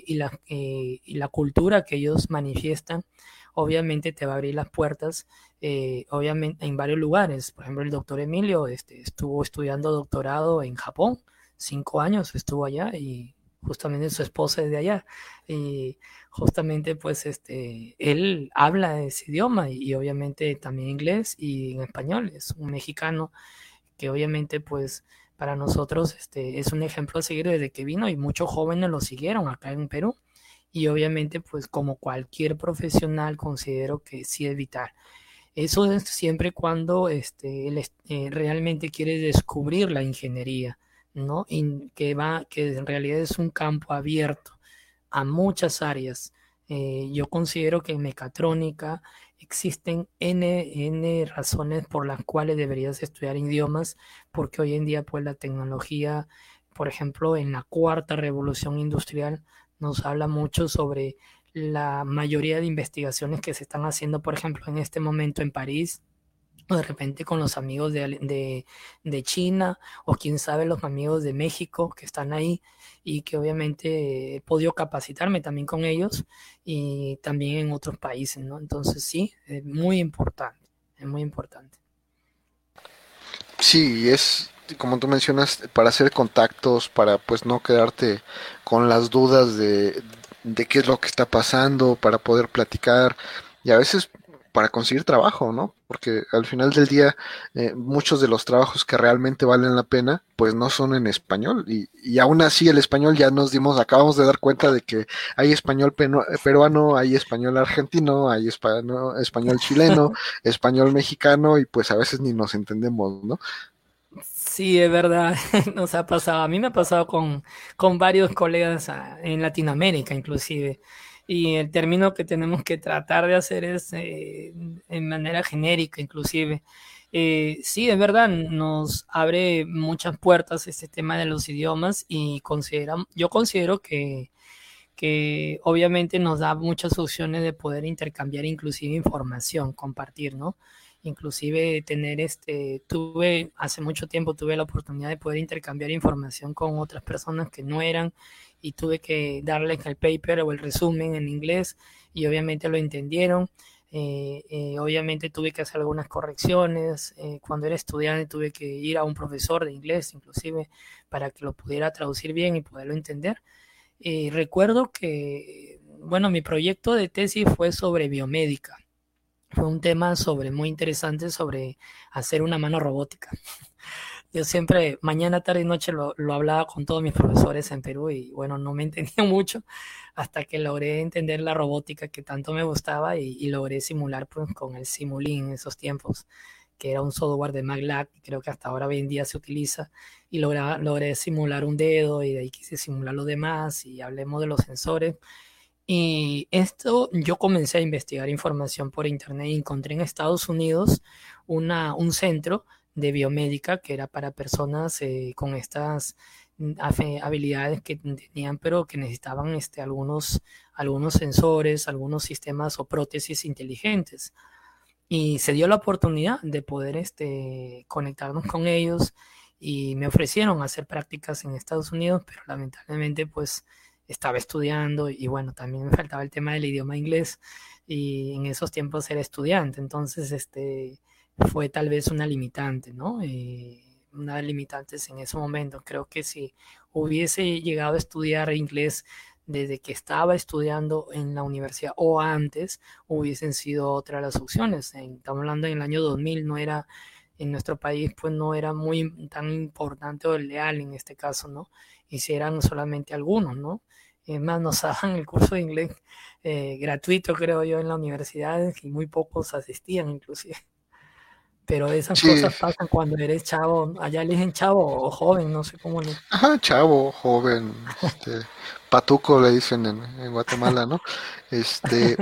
y la cultura que ellos manifiestan, obviamente te va a abrir las puertas, obviamente en varios lugares. Por ejemplo, el doctor Emilio estuvo estudiando doctorado en Japón, 5 años estuvo allá y justamente su esposa es de allá. Y justamente pues él habla ese idioma y obviamente también inglés y en español. Es un mexicano que obviamente pues para nosotros es un ejemplo a seguir desde que vino y muchos jóvenes lo siguieron acá en Perú. Y obviamente pues como cualquier profesional considero que sí es vital. Eso es siempre cuando realmente quiere descubrir la ingeniería, ¿no? Y que en realidad es un campo abierto a muchas áreas. Yo considero que en mecatrónica existen N razones por las cuales deberías estudiar idiomas, porque hoy en día pues la tecnología, por ejemplo, en la cuarta revolución industrial nos habla mucho sobre la mayoría de investigaciones que se están haciendo, por ejemplo, en este momento en París, o de repente con los amigos de China, o quién sabe los amigos de México que están ahí, y que obviamente he podido capacitarme también con ellos, y también en otros países, ¿no? Entonces sí, es muy importante. Sí, es como tú mencionas, para hacer contactos, para pues no quedarte con las dudas de qué es lo que está pasando, para poder platicar y a veces para conseguir trabajo, ¿no? Porque al final del día muchos de los trabajos que realmente valen la pena pues no son en español y aún así el español ya nos dimos, acabamos de dar cuenta de que hay español peruano, hay español argentino, hay español chileno, español mexicano y pues a veces ni nos entendemos, ¿no? Sí, es verdad, nos ha pasado, a mí me ha pasado con varios colegas en Latinoamérica inclusive, y el término que tenemos que tratar de hacer es en manera genérica inclusive. Sí, es verdad, nos abre muchas puertas este tema de los idiomas y yo considero que obviamente nos da muchas opciones de poder intercambiar inclusive información, compartir, ¿no? Inclusive hace mucho tiempo tuve la oportunidad de poder intercambiar información con otras personas que no eran y tuve que darles el paper o el resumen en inglés y obviamente lo entendieron. Obviamente tuve que hacer algunas correcciones. Cuando era estudiante tuve que ir a un profesor de inglés inclusive para que lo pudiera traducir bien y poderlo entender. Recuerdo que, bueno, mi proyecto de tesis fue sobre biomédica fue un tema sobre muy interesante sobre hacer una mano robótica. Yo siempre, mañana, tarde y noche, lo hablaba con todos mis profesores en Perú y bueno, no me entendía mucho hasta que logré entender la robótica que tanto me gustaba y logré simular pues, con el Simulink en esos tiempos, que era un software de MATLAB, que creo que hasta ahora hoy en día se utiliza, y logré simular un dedo y de ahí quise simular lo demás y hablemos de los sensores. Y esto yo comencé a investigar información por internet y encontré en Estados Unidos un centro de biomédica que era para personas con estas habilidades que tenían, pero que necesitaban algunos sensores, algunos sistemas o prótesis inteligentes. Y se dio la oportunidad de poder conectarnos con ellos y me ofrecieron hacer prácticas en Estados Unidos, pero lamentablemente pues estaba estudiando y bueno, también me faltaba el tema del idioma inglés y en esos tiempos era estudiante, entonces fue tal vez una limitante, ¿no? Una de las limitantes en ese momento. Creo que si hubiese llegado a estudiar inglés desde que estaba estudiando en la universidad o antes, hubiesen sido otras las opciones. Estamos hablando en el año 2000, no era, en nuestro país, pues no era muy tan importante o leal en este caso, ¿no? Y si eran solamente algunos, ¿no? Es más, nos daban el curso de inglés gratuito, creo yo, en la universidad y muy pocos asistían, inclusive. Pero esas Sí, cosas pasan cuando eres chavo, allá le dicen chavo o joven, no sé cómo le... ajá, chavo, joven, patuco le dicen en Guatemala, ¿no? Este,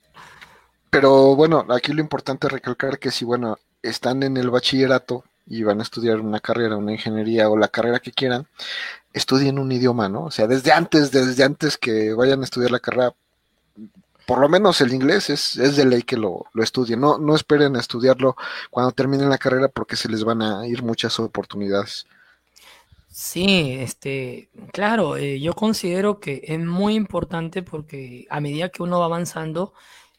pero bueno, aquí lo importante es recalcar que si, bueno, están en el bachillerato y van a estudiar una carrera, una ingeniería o la carrera que quieran, estudien un idioma, ¿no? O sea, desde antes que vayan a estudiar la carrera, por lo menos el inglés es de ley que lo estudien. No, no esperen a estudiarlo cuando terminen la carrera porque se les van a ir muchas oportunidades. Sí, claro, yo considero que es muy importante porque a medida que uno va avanzando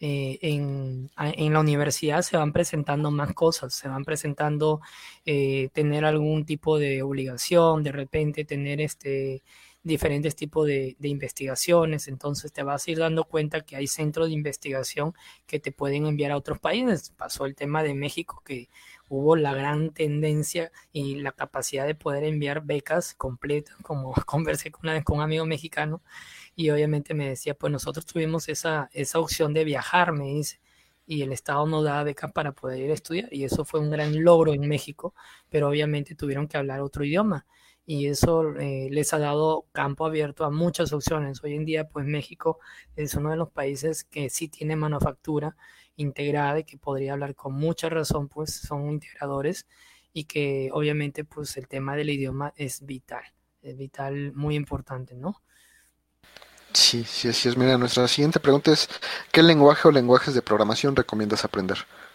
en la universidad se van presentando más cosas, se van presentando tener algún tipo de obligación, de repente tener diferentes tipos de investigaciones, entonces te vas a ir dando cuenta que hay centros de investigación que te pueden enviar a otros países. Pasó el tema de México que hubo la gran tendencia y la capacidad de poder enviar becas completas, como conversé una vez con un amigo mexicano y obviamente me decía, pues nosotros tuvimos esa opción de viajar, me dice, y el Estado nos daba becas para poder ir a estudiar y eso fue un gran logro en México, pero obviamente tuvieron que hablar otro idioma y eso les ha dado campo abierto a muchas opciones. Hoy en día, pues México es uno de los países que sí tiene manufactura integrada y que podría hablar con mucha razón, pues son integradores y que obviamente pues el tema del idioma es vital, muy importante, ¿no? Sí, sí, así es. Mira, nuestra siguiente pregunta es, ¿qué lenguaje o lenguajes de programación recomiendas aprender?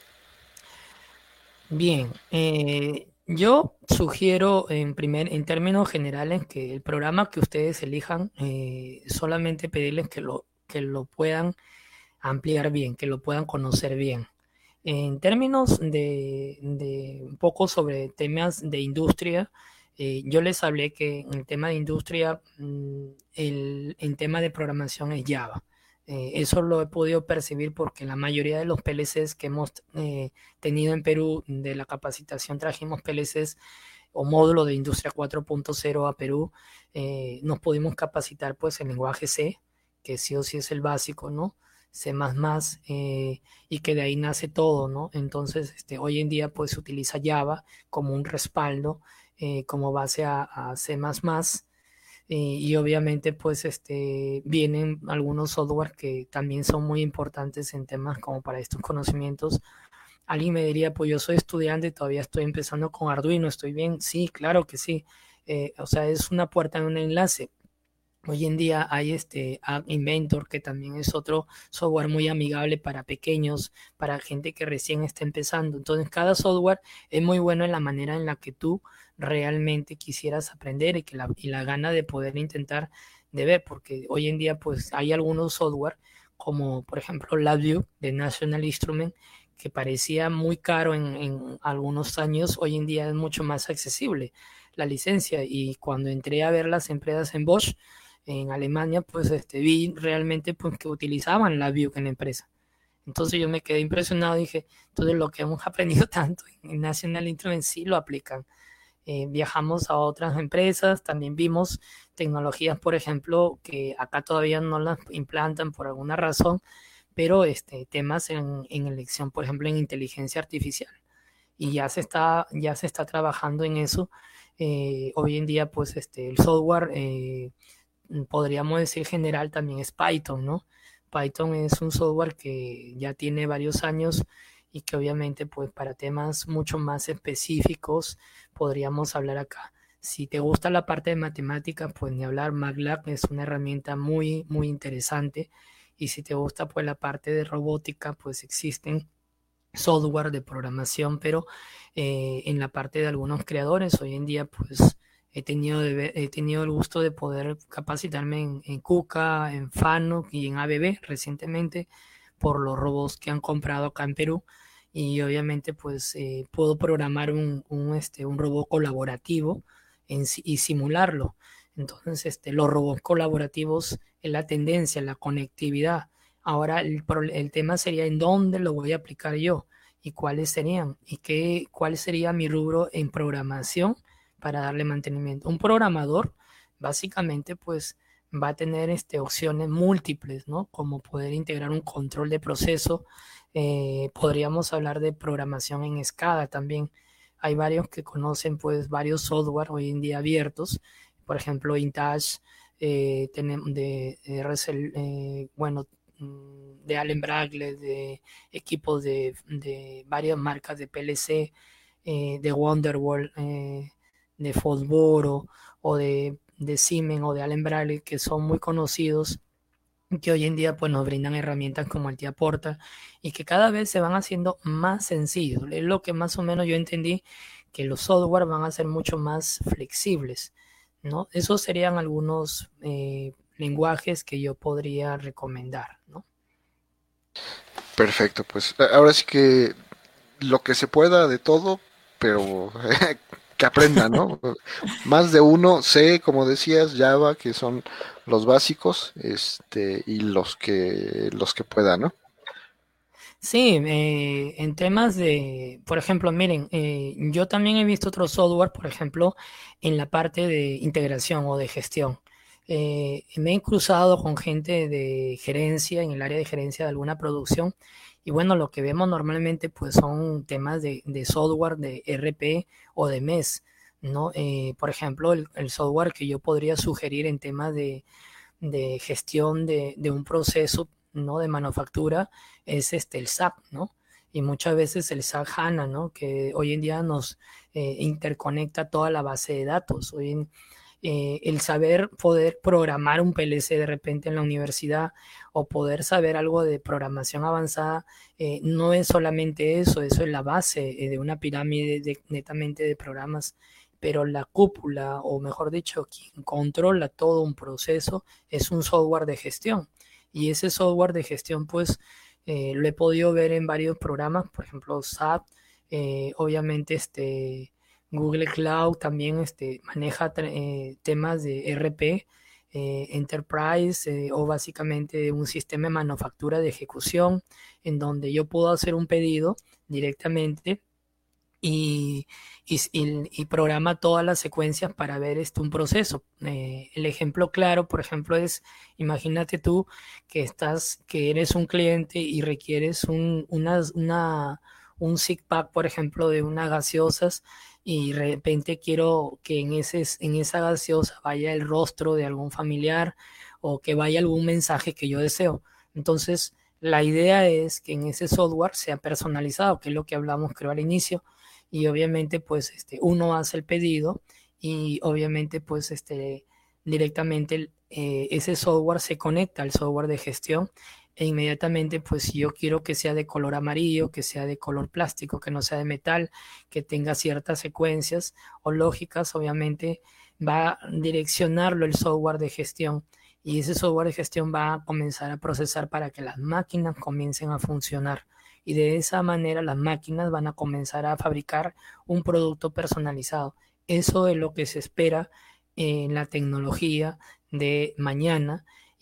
Bien, yo sugiero en términos generales que el programa que ustedes elijan, solamente pedirles que lo puedan ampliar bien, que lo puedan conocer bien. En términos de un poco sobre temas de industria, yo les hablé que en el tema de industria, en tema de programación es Java. Eso lo he podido percibir porque la mayoría de los PLCs que hemos tenido en Perú, de la capacitación trajimos PLCs o módulo de Industria 4.0 a Perú, nos pudimos capacitar pues en lenguaje C, que sí o sí es el básico, ¿no? C++, y que de ahí nace todo, ¿no? Entonces, hoy en día pues se utiliza Java como un respaldo, como base a C++, y obviamente pues vienen algunos software que también son muy importantes en temas como para estos conocimientos. Alguien me diría, pues yo soy estudiante, todavía estoy empezando con Arduino, ¿estoy bien? Sí, claro que sí. O sea, es una puerta en un enlace. Hoy en día hay App Inventor, que también es otro software muy amigable para pequeños, para gente que recién está empezando. Entonces, cada software es muy bueno en la manera en la que tú realmente quisieras aprender y la gana de poder intentar de ver, porque hoy en día pues hay algunos software, como por ejemplo LabVIEW de National Instrument, que parecía muy caro en algunos años, hoy en día es mucho más accesible la licencia. Y cuando entré a ver las empresas en Bosch, en Alemania, pues vi realmente pues, que utilizaban la Vue en la empresa. Entonces yo me quedé impresionado y dije, entonces lo que hemos aprendido tanto en National Instruments sí lo aplican. Viajamos a otras empresas, también vimos tecnologías, por ejemplo, que acá todavía no las implantan por alguna razón, pero temas en elección, por ejemplo, en inteligencia artificial. Y ya se está trabajando en eso. Hoy en día, pues el software, podríamos decir general, también es Python, ¿no? Python es un software que ya tiene varios años y que obviamente pues para temas mucho más específicos podríamos hablar acá. Si te gusta la parte de matemáticas, pues ni hablar, MATLAB es una herramienta muy, muy interesante. Y si te gusta pues la parte de robótica, pues existen software de programación, pero en la parte de algunos creadores. Hoy en día, pues he tenido el gusto de poder capacitarme en KUKA, en Fanuc y en ABB recientemente por los robots que han comprado acá en Perú. Y obviamente, pues puedo programar un robot colaborativo y simularlo. Entonces, los robots colaborativos es la tendencia, la conectividad. Ahora el tema sería en dónde lo voy a aplicar yo y cuáles serían y cuál sería mi rubro en programación para darle mantenimiento. Un programador básicamente pues va a tener opciones múltiples, ¿no? Como poder integrar un control de proceso. Podríamos hablar de programación en SCADA también. Hay varios que conocen pues varios software hoy en día abiertos, por ejemplo InTouch, tenemos de RSL, bueno, de Allen Bradley, de equipos de varias marcas de PLC, de Wonderwall, de Fosboro o de Siemens o de Allen Bradley, que son muy conocidos, que hoy en día pues nos brindan herramientas como el Porta y que cada vez se van haciendo más sencillos. Es lo que más o menos yo entendí, que los software van a ser mucho más flexibles, ¿no? Esos serían algunos lenguajes que yo podría recomendar, ¿no? Perfecto, pues ahora sí que lo que se pueda de todo, pero que aprenda, ¿no? Más de uno, C, como decías, Java, que son los básicos, y los que pueda, ¿no? Sí, en temas de, por ejemplo, miren, yo también he visto otro software, por ejemplo, en la parte de integración o de gestión. Me he cruzado con gente de gerencia, en el área de gerencia de alguna producción, y bueno, lo que vemos normalmente pues son temas de software, de RP o de MES, ¿no? Por ejemplo, el software que yo podría sugerir en temas de gestión de un proceso, ¿no? De manufactura es el SAP, ¿no? Y muchas veces el SAP HANA, ¿no? Que hoy en día nos interconecta toda la base de datos. El saber poder programar un PLC de repente en la universidad o poder saber algo de programación avanzada, no es solamente eso es la base de una pirámide netamente de programas, pero la cúpula, o mejor dicho, quien controla todo un proceso es un software de gestión. Y ese software de gestión, pues, lo he podido ver en varios programas, por ejemplo, SAP, obviamente Google Cloud también maneja temas de RP, Enterprise, o básicamente un sistema de manufactura de ejecución en donde yo puedo hacer un pedido directamente y, y programa todas las secuencias para ver un proceso. El ejemplo claro, por ejemplo, es, imagínate tú que eres un cliente y requieres un SIG pack, por ejemplo, de unas gaseosas y de repente quiero que en esa gaseosa vaya el rostro de algún familiar o que vaya algún mensaje que yo deseo. Entonces, la idea es que en ese software sea personalizado, que es lo que hablamos creo al inicio, y obviamente pues uno hace el pedido y obviamente pues directamente ese software se conecta al software de gestión e inmediatamente pues si yo quiero que sea de color amarillo, que sea de color plástico, que no sea de metal, que tenga ciertas secuencias o lógicas, obviamente va a direccionarlo el software de gestión y ese software de gestión va a comenzar a procesar para que las máquinas comiencen a funcionar y de esa manera las máquinas van a comenzar a fabricar un producto personalizado. Eso es lo que se espera en la tecnología de mañana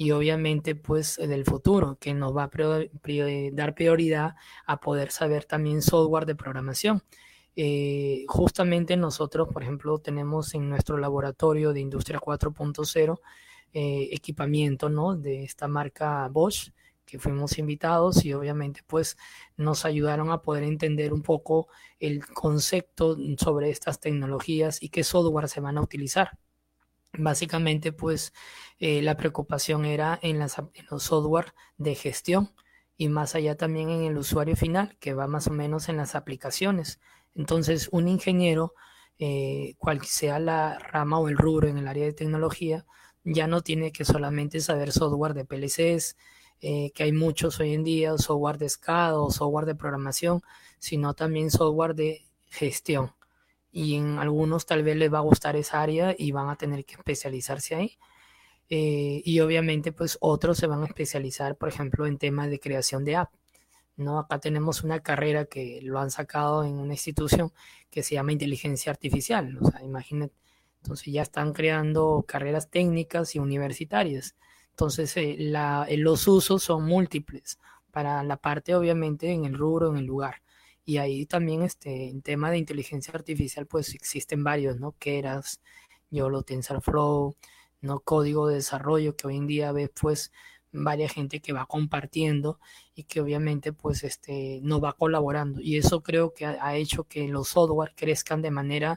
y obviamente pues del futuro, que nos va a dar prioridad a poder saber también software de programación. Justamente nosotros, por ejemplo, tenemos en nuestro laboratorio de Industria 4.0 equipamiento, ¿no? De esta marca Bosch, que fuimos invitados y obviamente pues nos ayudaron a poder entender un poco el concepto sobre estas tecnologías y qué software se van a utilizar. Básicamente pues la preocupación era en los software de gestión y más allá también en el usuario final, que va más o menos en las aplicaciones. Entonces un ingeniero, cual sea la rama o el rubro en el área de tecnología, ya no tiene que solamente saber software de PLCs, que hay muchos hoy en día, software de SCADA o software de programación, sino también software de gestión. Y en algunos tal vez les va a gustar esa área y van a tener que especializarse ahí. Y obviamente pues otros se van a especializar, por ejemplo, en temas de creación de app. ¿No? Acá tenemos una carrera que lo han sacado en una institución que se llama inteligencia artificial. O sea, imagínate. Entonces ya están creando carreras técnicas y universitarias. Entonces los usos son múltiples para la parte obviamente en el rubro, en el lugar. Y ahí también en tema de inteligencia artificial pues existen varios, ¿no? Keras, YOLO, TensorFlow, ¿no? Código de desarrollo que hoy en día ves pues varias gente que va compartiendo y que obviamente pues no va colaborando y eso creo que ha hecho que los software crezcan de manera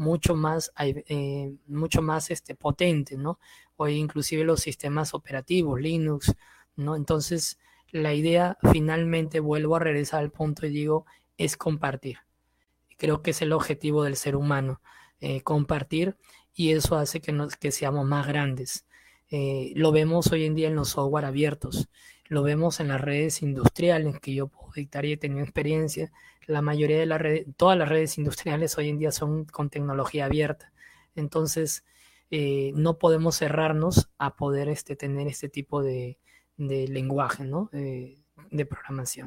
mucho más potente, ¿no? Hoy inclusive los sistemas operativos Linux, ¿no? Entonces la idea finalmente vuelvo a regresar al punto y digo es compartir. Creo que es el objetivo del ser humano, compartir y eso hace que seamos más grandes. Lo vemos hoy en día en los software abiertos, lo vemos en las redes industriales que yo puedo dictar y he tenido experiencia. La mayoría de las redes, todas las redes industriales hoy en día son con tecnología abierta. Entonces, no podemos cerrarnos a poder tener este tipo de lenguaje, ¿no? De programación.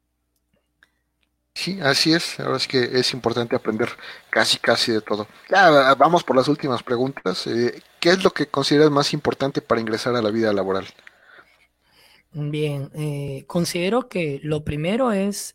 Sí, así es. Ahora es que es importante aprender casi de todo. Ya vamos por las últimas preguntas. ¿Qué es lo que consideras más importante para ingresar a la vida laboral? Bien, considero que lo primero es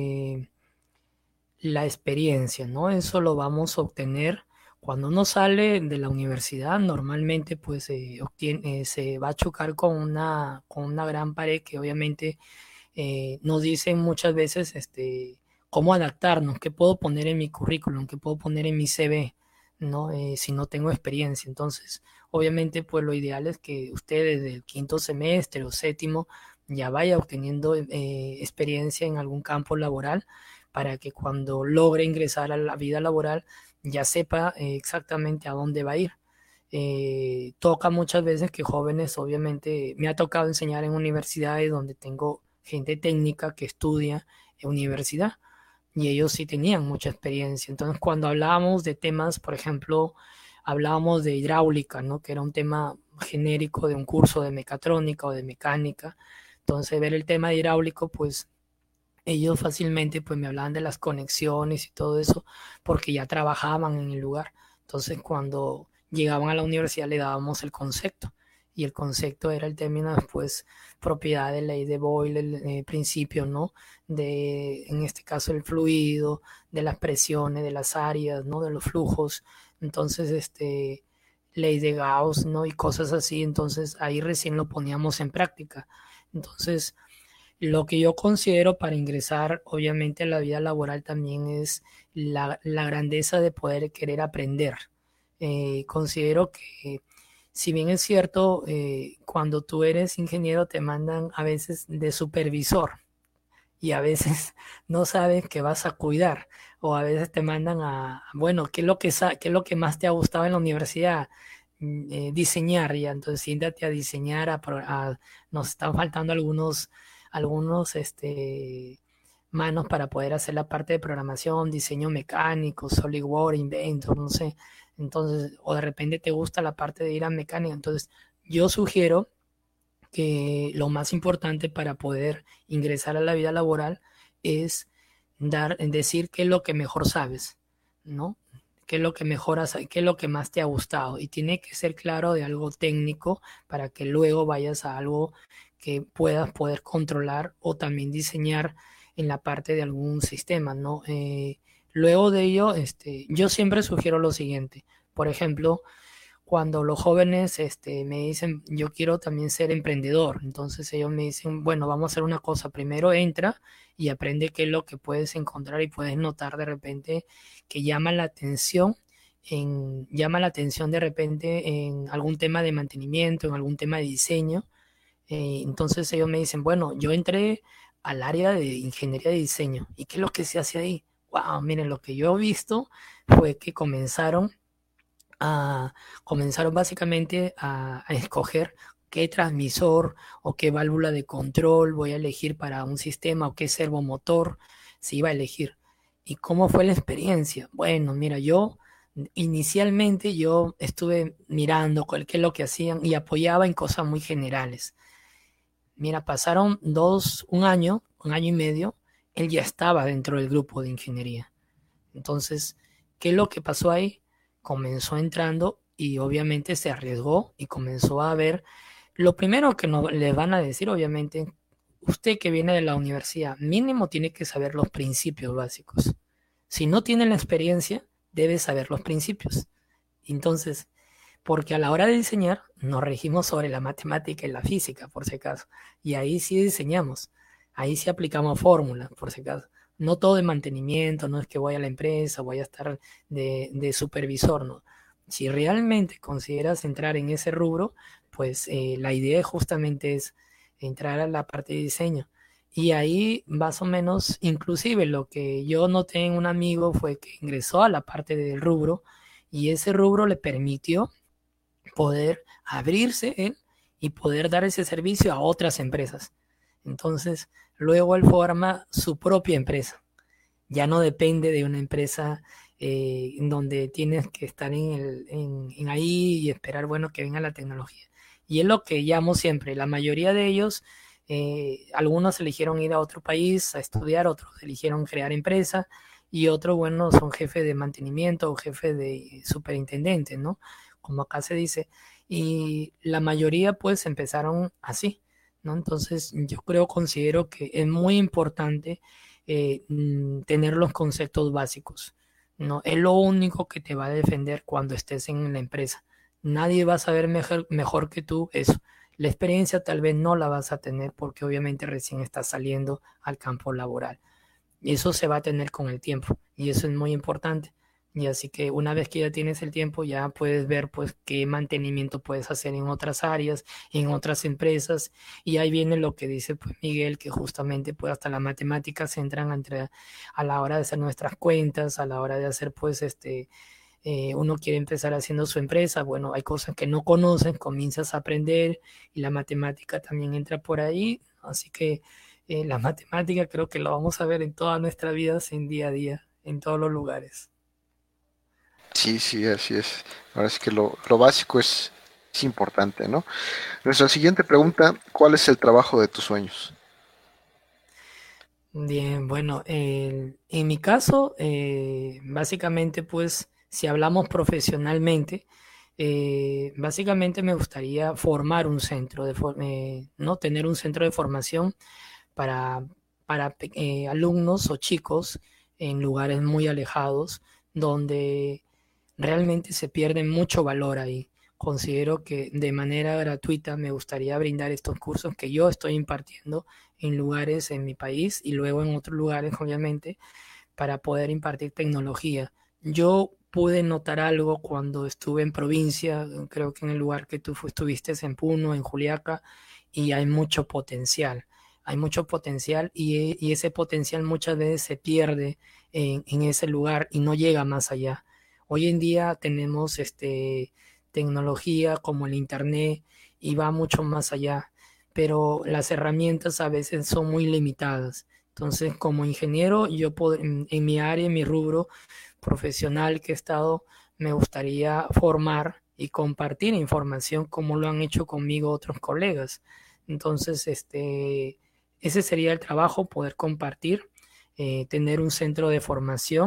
la experiencia, ¿no? Eso lo vamos a obtener cuando uno sale de la universidad. Normalmente, pues, se va a chocar con una gran pared que obviamente nos dicen muchas veces, cómo adaptarnos, qué puedo poner en mi currículum, qué puedo poner en mi CV, ¿no? Si no tengo experiencia. Entonces, obviamente, pues lo ideal es que usted desde el quinto semestre o séptimo ya vaya obteniendo experiencia en algún campo laboral para que cuando logre ingresar a la vida laboral ya sepa exactamente a dónde va a ir. Toca muchas veces que jóvenes, obviamente, me ha tocado enseñar en universidades donde tengo gente técnica que estudia en universidad y ellos sí tenían mucha experiencia. Entonces, cuando hablábamos de temas, por ejemplo, hablábamos de hidráulica, ¿no? Que era un tema genérico de un curso de mecatrónica o de mecánica. Entonces, ver el tema de hidráulico, pues ellos fácilmente pues me hablaban de las conexiones y todo eso porque ya trabajaban en el lugar. Entonces cuando llegaban a la universidad le dábamos el concepto y el concepto era el término después propiedad de ley de Boyle, el principio, ¿no? De, en este caso, el fluido, de las presiones, de las áreas, ¿no? De los flujos. Entonces, ley de Gauss, ¿no? Y cosas así. Entonces ahí recién lo poníamos en práctica. Entonces, lo que yo considero para ingresar, obviamente, a la vida laboral también es la grandeza de poder querer aprender. Considero que, si bien es cierto, cuando tú eres ingeniero te mandan a veces de supervisor y a veces no sabes que vas a cuidar o a veces te mandan bueno, ¿qué es lo qué es lo que más te ha gustado en la universidad? Diseñar, ya, entonces siéntate a diseñar, nos están faltando algunos manos para poder hacer la parte de programación, diseño mecánico, SolidWorks, Inventor, no sé. Entonces, o de repente te gusta la parte de ir a mecánica. Entonces, yo sugiero que lo más importante para poder ingresar a la vida laboral es decir qué es lo que mejor sabes, ¿no? qué es lo que mejoras, qué es lo que más te ha gustado. Y tiene que ser claro de algo técnico para que luego vayas a algo que puedas poder controlar o también diseñar en la parte de algún sistema, ¿no? Luego de ello, yo siempre sugiero lo siguiente. Por ejemplo, cuando los jóvenes me dicen, yo quiero también ser emprendedor, entonces ellos me dicen, bueno, vamos a hacer una cosa, primero entra y aprende qué es lo que puedes encontrar y puedes notar de repente que llama la atención de repente en algún tema de mantenimiento, en algún tema de diseño. Entonces ellos me dicen, bueno, yo entré al área de ingeniería de diseño. ¿Y qué es lo que se hace ahí? Wow, miren, lo que yo he visto fue que a, comenzaron básicamente a escoger qué transmisor o qué válvula de control voy a elegir para un sistema o qué servomotor se iba a elegir. ¿Y cómo fue la experiencia? Bueno, mira, inicialmente yo estuve mirando qué es lo que hacían y apoyaba en cosas muy generales. Mira, pasaron un año y medio, él ya estaba dentro del grupo de ingeniería. Entonces, ¿qué es lo que pasó ahí? Comenzó entrando y obviamente se arriesgó y comenzó a ver. Lo primero que no, le van a decir, obviamente, usted que viene de la universidad, mínimo tiene que saber los principios básicos. Si no tiene la experiencia, debe saber los principios. Entonces, porque a la hora de diseñar nos regimos sobre la matemática y la física, por si acaso. Y ahí sí diseñamos, ahí sí aplicamos fórmulas, por si acaso. No todo de mantenimiento, no es que voy a la empresa, voy a estar de supervisor, no. Si realmente consideras entrar en ese rubro, pues la idea justamente es entrar a la parte de diseño. Y ahí más o menos, inclusive lo que yo noté en un amigo fue que ingresó a la parte del rubro y ese rubro le permitió poder abrirse él y poder dar ese servicio a otras empresas. Entonces, luego él forma su propia empresa. Ya no depende de una empresa en donde tienes que estar en ahí y esperar, bueno, que venga la tecnología. Y es lo que llamo siempre. La mayoría de ellos, algunos eligieron ir a otro país a estudiar, otros eligieron crear empresa y otros, bueno, son jefes de mantenimiento o jefes de superintendentes, ¿no? Como acá se dice, y la mayoría pues empezaron así, ¿no? Entonces yo considero que es muy importante tener los conceptos básicos, ¿no? Es lo único que te va a defender cuando estés en la empresa. Nadie va a saber mejor que tú eso. La experiencia tal vez no la vas a tener porque obviamente recién estás saliendo al campo laboral. Y eso se va a tener con el tiempo y eso es muy importante. Y así que una vez que ya tienes el tiempo, ya puedes ver pues qué mantenimiento puedes hacer en otras áreas, en otras empresas. Y ahí viene lo que dice pues Miguel, que justamente pues hasta las matemáticas entran a la hora de hacer nuestras cuentas, a la hora de hacer pues uno quiere empezar haciendo su empresa. Bueno, hay cosas que no conoces, comienzas a aprender y la matemática también entra por ahí. Así que la matemática creo que lo vamos a ver en toda nuestra vida, en día a día, en todos los lugares. Sí, sí, así es. Ahora sí que lo básico es importante, ¿no? Nuestra siguiente pregunta, ¿cuál es el trabajo de tus sueños? Bien, bueno, en mi caso, básicamente, pues, si hablamos profesionalmente, básicamente me gustaría formar un centro ¿no? Tener un centro de formación para, para alumnos o chicos en lugares muy alejados donde realmente se pierde mucho valor ahí. Considero que de manera gratuita me gustaría brindar estos cursos que yo estoy impartiendo en lugares en mi país y luego en otros lugares, obviamente, para poder impartir tecnología. Yo pude notar algo cuando estuve en provincia, creo que en el lugar que tú estuviste en Puno, en Juliaca, y hay mucho potencial. Hay mucho potencial y ese potencial muchas veces se pierde en ese lugar y no llega más allá. Hoy en día tenemos tecnología como el internet y va mucho más allá, pero las herramientas a veces son muy limitadas. Entonces, como ingeniero, en mi área, en mi rubro profesional que he estado, me gustaría formar y compartir información como lo han hecho conmigo otros colegas. Entonces, ese sería el trabajo, poder compartir, tener un centro de formación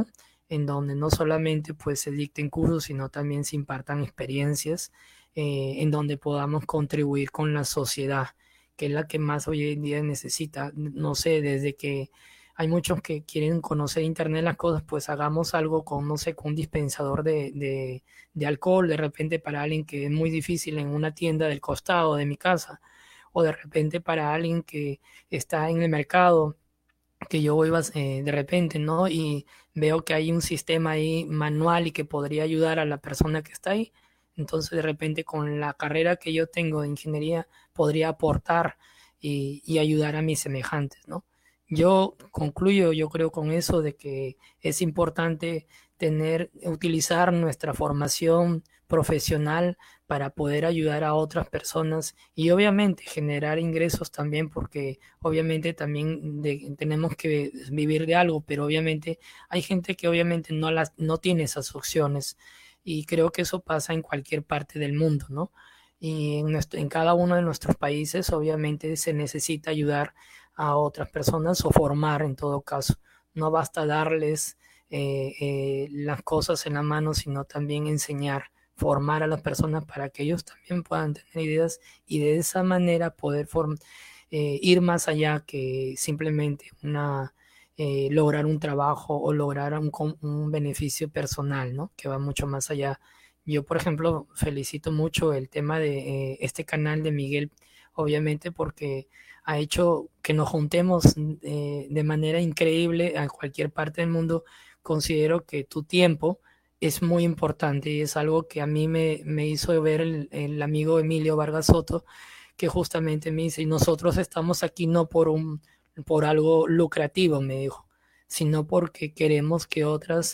en donde no solamente pues se dicten cursos, sino también se impartan experiencias, en donde podamos contribuir con la sociedad, que es la que más hoy en día necesita. No sé, desde que hay muchos que quieren conocer Internet las cosas, pues hagamos algo con, no sé, con un dispensador de alcohol, de repente para alguien que es muy difícil en una tienda del costado de mi casa, o de repente para alguien que está en el mercado, que yo voy de repente, ¿no? Y veo que hay un sistema ahí manual y que podría ayudar a la persona que está ahí. Entonces, de repente, con la carrera que yo tengo de ingeniería, podría aportar y ayudar a mis semejantes, ¿no? Yo concluyo, yo creo con eso de que es importante utilizar nuestra formación profesional para poder ayudar a otras personas y obviamente generar ingresos también, porque obviamente también tenemos que vivir de algo, pero obviamente hay gente que obviamente no tiene esas opciones y creo que eso pasa en cualquier parte del mundo, ¿no? Y en cada uno de nuestros países obviamente se necesita ayudar a otras personas o formar en todo caso. No basta darles las cosas en la mano, sino también enseñar, formar a las personas para que ellos también puedan tener ideas y de esa manera poder ir más allá que simplemente lograr un trabajo o lograr un beneficio personal, ¿no? Que va mucho más allá. Yo, por ejemplo, felicito mucho el tema de este canal de Miguel, obviamente porque ha hecho que nos juntemos de manera increíble a cualquier parte del mundo. Considero que tu tiempo es muy importante y es algo que a mí me hizo ver el amigo Emilio Vargas Soto, que justamente me dice, y nosotros estamos aquí no por algo lucrativo, me dijo, sino porque queremos que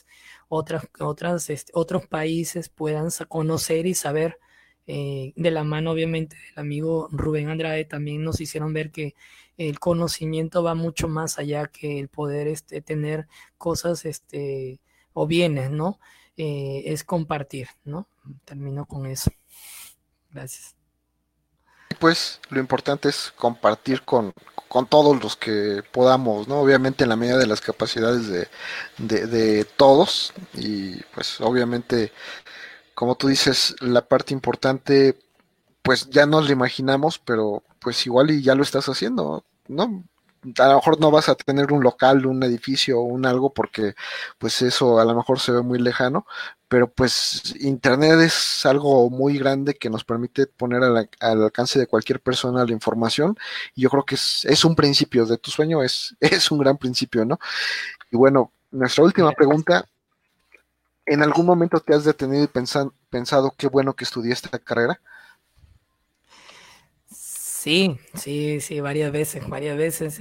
otros países puedan conocer y saber, de la mano obviamente del amigo Rubén Andrade, también nos hicieron ver que el conocimiento va mucho más allá que el poder tener cosas o bienes, ¿no? Es compartir, ¿no? Termino con eso. Gracias. Pues lo importante es compartir con todos los que podamos, ¿no? Obviamente en la medida de las capacidades de todos y pues obviamente, como tú dices, la parte importante pues ya nos lo imaginamos, pero pues igual y ya lo estás haciendo, ¿no? A lo mejor no vas a tener un local, un edificio o un algo porque pues eso a lo mejor se ve muy lejano, pero pues internet es algo muy grande que nos permite poner al alcance de cualquier persona la información y yo creo que es un principio de tu sueño, es un gran principio, ¿no? Y bueno, nuestra última pregunta, ¿en algún momento te has detenido y pensado qué bueno que estudié esta carrera? Sí, sí, sí, varias veces,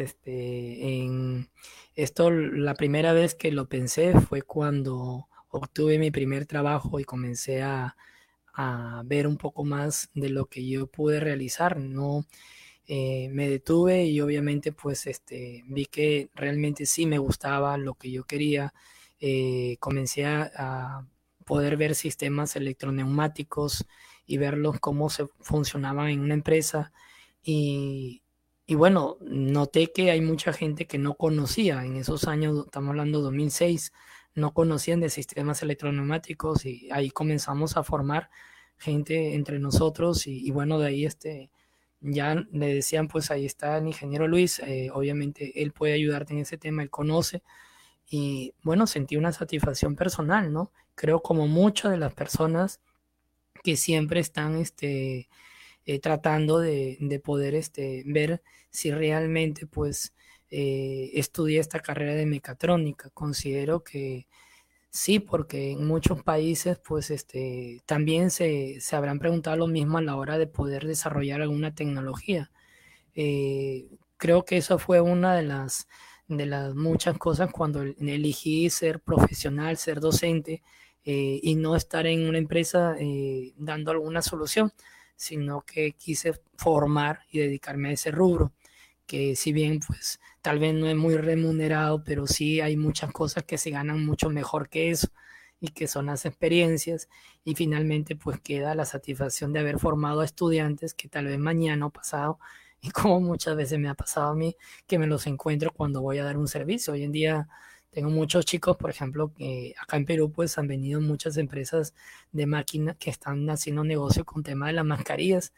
la primera vez que lo pensé fue cuando obtuve mi primer trabajo y comencé a ver un poco más de lo que yo pude realizar, ¿no? Me detuve y obviamente pues vi que realmente sí me gustaba lo que yo quería. Comencé a poder ver sistemas electroneumáticos y verlos cómo se funcionaban en una empresa y, y bueno, noté que hay mucha gente que no conocía en esos años, estamos hablando 2006, no conocían de sistemas electroneumáticos y ahí comenzamos a formar gente entre nosotros y bueno, de ahí ya le decían, pues ahí está el ingeniero Luis, obviamente él puede ayudarte en ese tema, él conoce y bueno, sentí una satisfacción personal, ¿no? Creo como muchas de las personas que siempre están tratando de poder ver si realmente pues estudié esta carrera de mecatrónica. Considero que sí, porque en muchos países pues también se habrán preguntado lo mismo a la hora de poder desarrollar alguna tecnología. Creo que eso fue una de las muchas cosas cuando elegí ser profesional, ser docente y no estar en una empresa dando alguna solución, sino que quise formar y dedicarme a ese rubro, que si bien pues tal vez no es muy remunerado, pero sí hay muchas cosas que se ganan mucho mejor que eso y que son las experiencias y finalmente pues queda la satisfacción de haber formado a estudiantes que tal vez mañana o pasado y como muchas veces me ha pasado a mí que me los encuentro cuando voy a dar un servicio. Hoy en día Tengo muchos chicos, por ejemplo, que acá en Perú pues han venido muchas empresas de máquinas que están haciendo negocio con tema de las mascarillas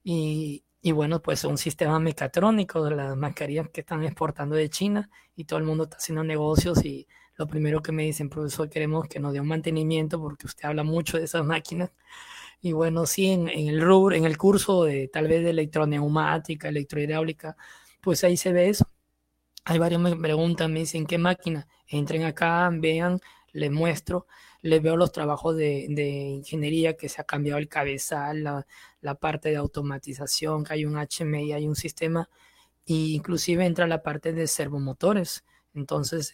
y bueno, pues un sistema mecatrónico de las mascarillas que están exportando de China y todo el mundo está haciendo negocios y lo primero que me dicen, profesor, queremos que nos dé un mantenimiento porque usted habla mucho de esas máquinas. Y bueno, sí, en el rubro, en el curso de tal vez de electroneumática, electrohidráulica, pues ahí se ve eso. Hay varios me preguntan, me dicen, ¿qué máquina? Entren acá, vean, les muestro, les veo los trabajos de ingeniería que se ha cambiado el cabezal, la parte de automatización, que hay un HMI, hay un sistema, e inclusive entra la parte de servomotores. Entonces,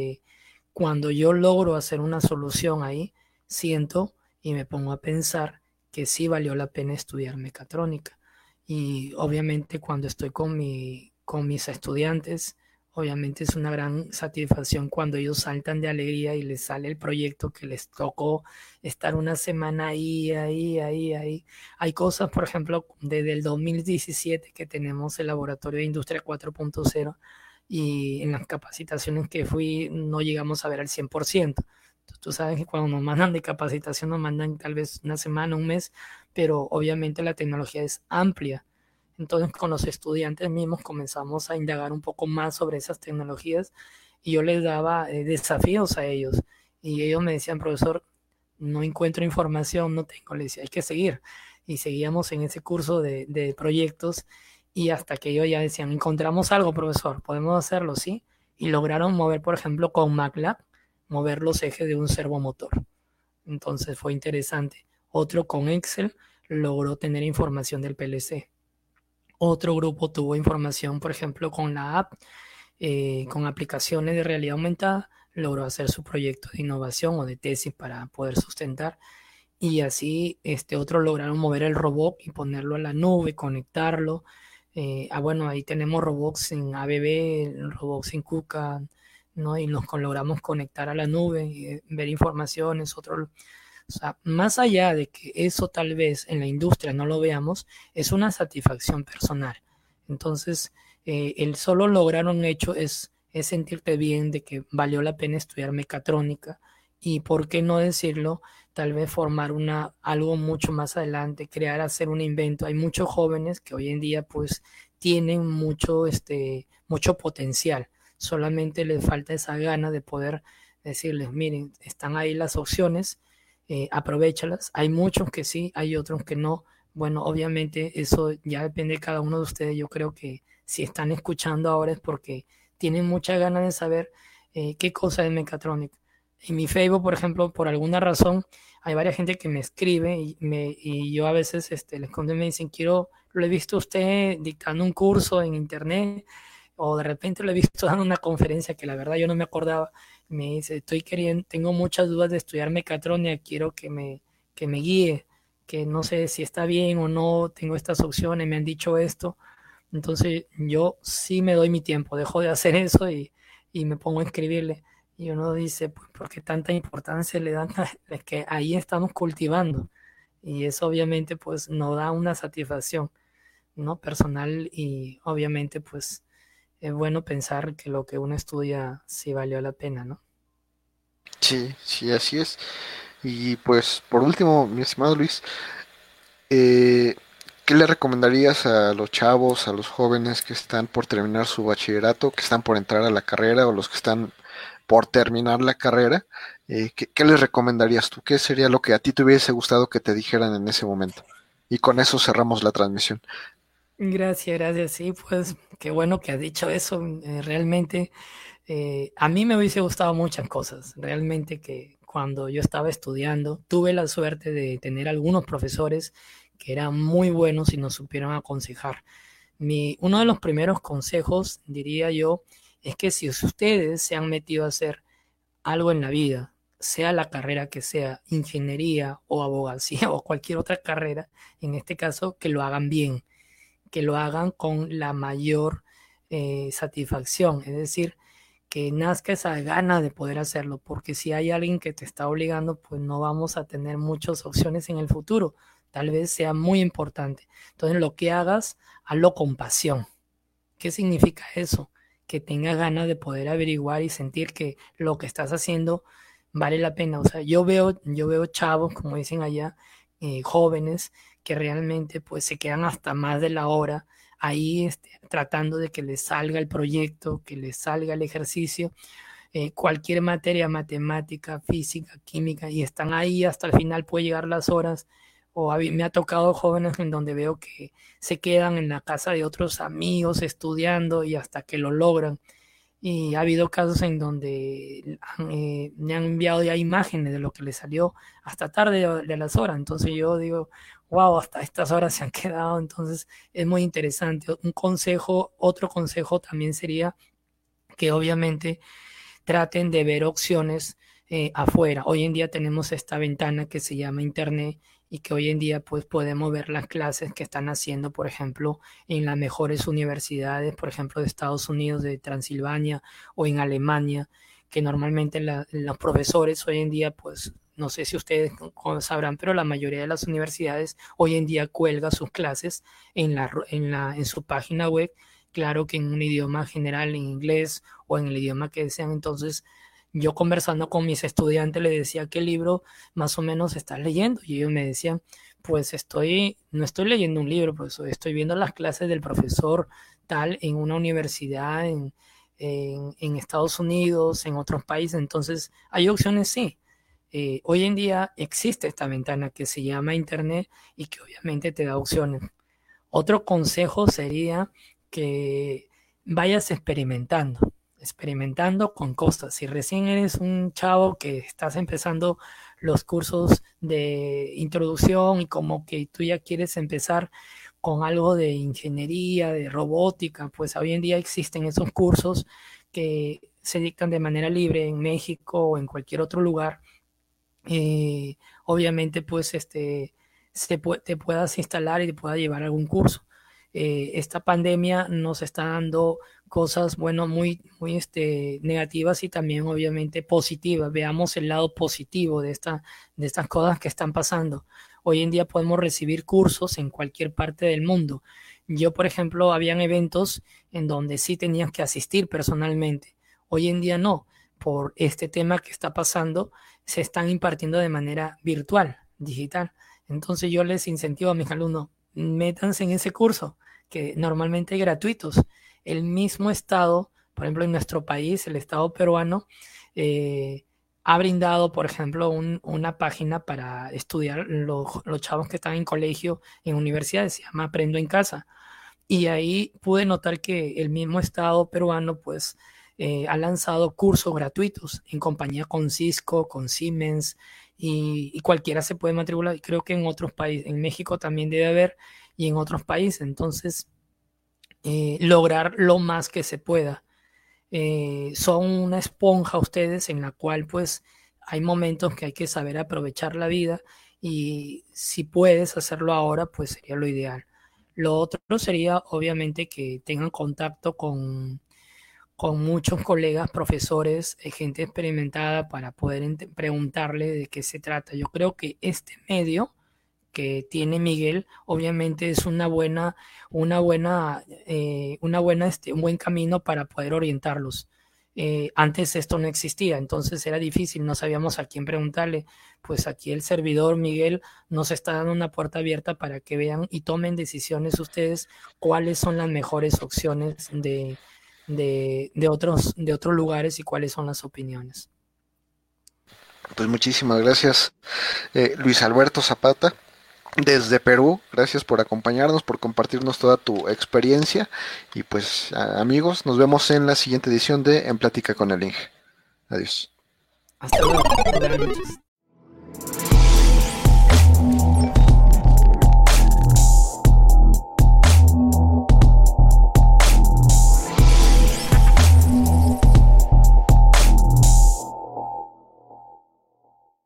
cuando yo logro hacer una solución ahí, siento y me pongo a pensar que sí valió la pena estudiar mecatrónica. Y obviamente cuando estoy con mis estudiantes, obviamente es una gran satisfacción cuando ellos saltan de alegría y les sale el proyecto que les tocó estar una semana ahí. Hay cosas, por ejemplo, desde el 2017 que tenemos el laboratorio de Industria 4.0 y en las capacitaciones que fui no llegamos a ver al 100%. Tú sabes que cuando nos mandan de capacitación nos mandan tal vez una semana, un mes, pero obviamente la tecnología es amplia. Entonces con los estudiantes mismos comenzamos a indagar un poco más sobre esas tecnologías y yo les daba desafíos a ellos y ellos me decían, profesor, no encuentro información, no tengo, les decía, hay que seguir. Y seguíamos en ese curso de proyectos y hasta que ellos ya decían, encontramos algo, profesor, podemos hacerlo, ¿sí? Y lograron mover, por ejemplo, con MATLAB, mover los ejes de un servomotor. Entonces fue interesante. Otro con Excel logró tener información del PLC. Otro grupo tuvo información, por ejemplo, con la app, con aplicaciones de realidad aumentada, logró hacer su proyecto de innovación o de tesis para poder sustentar. Y así otros lograron mover el robot y ponerlo a la nube, conectarlo. Bueno, ahí tenemos robots en ABB, robots en KUKA, ¿no? Y logramos conectar a la nube, ver informaciones, otros. O sea, más allá de que eso tal vez en la industria no lo veamos, es una satisfacción personal. Entonces, el solo lograr un hecho es sentirte bien de que valió la pena estudiar mecatrónica y, ¿por qué no decirlo? Tal vez formar algo mucho más adelante, crear, hacer un invento. Hay muchos jóvenes que hoy en día pues tienen mucho potencial. Solamente les falta esa gana de poder decirles, miren, están ahí las opciones, aprovéchalas. Hay muchos que sí, hay otros que no. Bueno, obviamente eso ya depende de cada uno de ustedes. Yo creo que si están escuchando ahora es porque tienen mucha ganas de saber qué cosa es mecatrónica. En mi Facebook, por ejemplo, por alguna razón, hay varias gente que me escribe y yo a veces les contesto y me dicen, lo he visto a usted dictando un curso en internet o de repente lo he visto dando una conferencia que la verdad yo no me acordaba. Me dice, tengo muchas dudas de estudiar mecatrónica, quiero que me guíe, que no sé si está bien o no, tengo estas opciones, me han dicho esto. Entonces yo sí me doy mi tiempo, dejo de hacer eso y me pongo a escribirle. Y uno dice, pues, ¿por qué tanta importancia le dan es que ahí estamos cultivando? Y eso obviamente pues nos da una satisfacción, ¿no? Personal y obviamente pues es bueno pensar que lo que uno estudia sí valió la pena, ¿no? Sí, sí, así es. Y pues por último, mi estimado Luis, eh, ¿qué le recomendarías a los chavos, a los jóvenes que están por terminar su bachillerato, que están por entrar a la carrera o los que están por terminar la carrera? ¿Qué les recomendarías tú? ¿Qué sería lo que a ti te hubiese gustado que te dijeran en ese momento? Y con eso cerramos la transmisión. Gracias, gracias. Sí, pues qué bueno que has dicho eso. Realmente a mí me hubiese gustado muchas cosas. Realmente que cuando yo estaba estudiando, tuve la suerte de tener algunos profesores que eran muy buenos y nos supieron aconsejar. Uno de los primeros consejos, diría yo, es que si ustedes se han metido a hacer algo en la vida, sea la carrera que sea, ingeniería o abogacía o cualquier otra carrera, en este caso, que lo hagan bien, que lo hagan con la mayor satisfacción, es decir, que nazca esa gana de poder hacerlo, porque si hay alguien que te está obligando, pues no vamos a tener muchas opciones en el futuro, tal vez sea muy importante. Entonces, lo que hagas, hazlo con pasión. ¿Qué significa eso? que tengas ganas de poder averiguar y sentir que lo que estás haciendo vale la pena. O sea, yo veo chavos, como dicen allá, jóvenes que realmente pues se quedan hasta más de la hora ahí tratando de que les salga el proyecto, que les salga el ejercicio, cualquier materia, matemática, física, química, y están ahí hasta el final, puede llegar las horas. Me ha tocado jóvenes en donde veo que se quedan en la casa de otros amigos estudiando y hasta que lo logran. Y ha habido casos en donde me han enviado ya imágenes de lo que les salió hasta tarde de las horas. Entonces yo digo, wow, hasta estas horas se han quedado. Entonces es muy interesante. Otro consejo también sería que obviamente traten de ver opciones afuera. Hoy en día tenemos esta ventana que se llama Internet y que hoy en día pues podemos ver las clases que están haciendo, por ejemplo, en las mejores universidades, por ejemplo, de Estados Unidos, de Transilvania o en Alemania, que normalmente los profesores hoy en día pues no sé si ustedes sabrán, pero la mayoría de las universidades hoy en día cuelga sus clases en su página web, claro que en un idioma general, en inglés o en el idioma que desean. Entonces, yo conversando con mis estudiantes les decía qué libro más o menos estás leyendo y ellos me decían, pues no estoy leyendo un libro, pues estoy viendo las clases del profesor tal en una universidad en Estados Unidos, en otros países. Entonces, hay opciones, sí. Hoy en día existe esta ventana que se llama Internet y que obviamente te da opciones. Otro consejo sería que vayas experimentando con cosas. Si recién eres un chavo que estás empezando los cursos de introducción y como que tú ya quieres empezar con algo de ingeniería, de robótica, pues hoy en día existen esos cursos que se dictan de manera libre en México o en cualquier otro lugar. Obviamente pues te puedas instalar y te pueda llevar algún curso. Esta pandemia nos está dando cosas, bueno, muy, muy negativas y también obviamente positivas. Veamos el lado positivo de estas cosas que están pasando. Hoy en día podemos recibir cursos en cualquier parte del mundo. Yo, por ejemplo, habían eventos en donde sí tenías que asistir personalmente. Hoy en día no. Por este tema que está pasando, se están impartiendo de manera virtual, digital. Entonces yo les incentivo a mis alumnos, métanse en ese curso, que normalmente hay gratuitos. El mismo Estado, por ejemplo, en nuestro país, el Estado peruano, ha brindado, por ejemplo, una página para estudiar los chavos que están en colegio, en universidades, se llama Aprendo en Casa. Y ahí pude notar que el mismo Estado peruano, pues, ha lanzado cursos gratuitos en compañía con Cisco, con Siemens, y cualquiera se puede matricular. Y creo que en otros países, en México también debe haber, y en otros países. Entonces, lograr lo más que se pueda. Son una esponja ustedes en la cual pues hay momentos que hay que saber aprovechar la vida y si puedes hacerlo ahora pues sería lo ideal. Lo otro sería obviamente que tengan contacto con muchos colegas, profesores, gente experimentada para poder preguntarle de qué se trata. Yo creo que este medio que tiene Miguel, obviamente es un buen camino para poder orientarlos. Antes esto no existía, entonces era difícil, no sabíamos a quién preguntarle. Pues aquí el servidor Miguel nos está dando una puerta abierta para que vean y tomen decisiones ustedes cuáles son las mejores opciones de otros lugares y cuáles son las opiniones. Pues muchísimas gracias, Luis Alberto Zapata. Desde Perú, gracias por acompañarnos, por compartirnos toda tu experiencia y pues amigos, nos vemos en la siguiente edición de En Plática con el Inge. Adiós. Hasta luego. Buenas noches.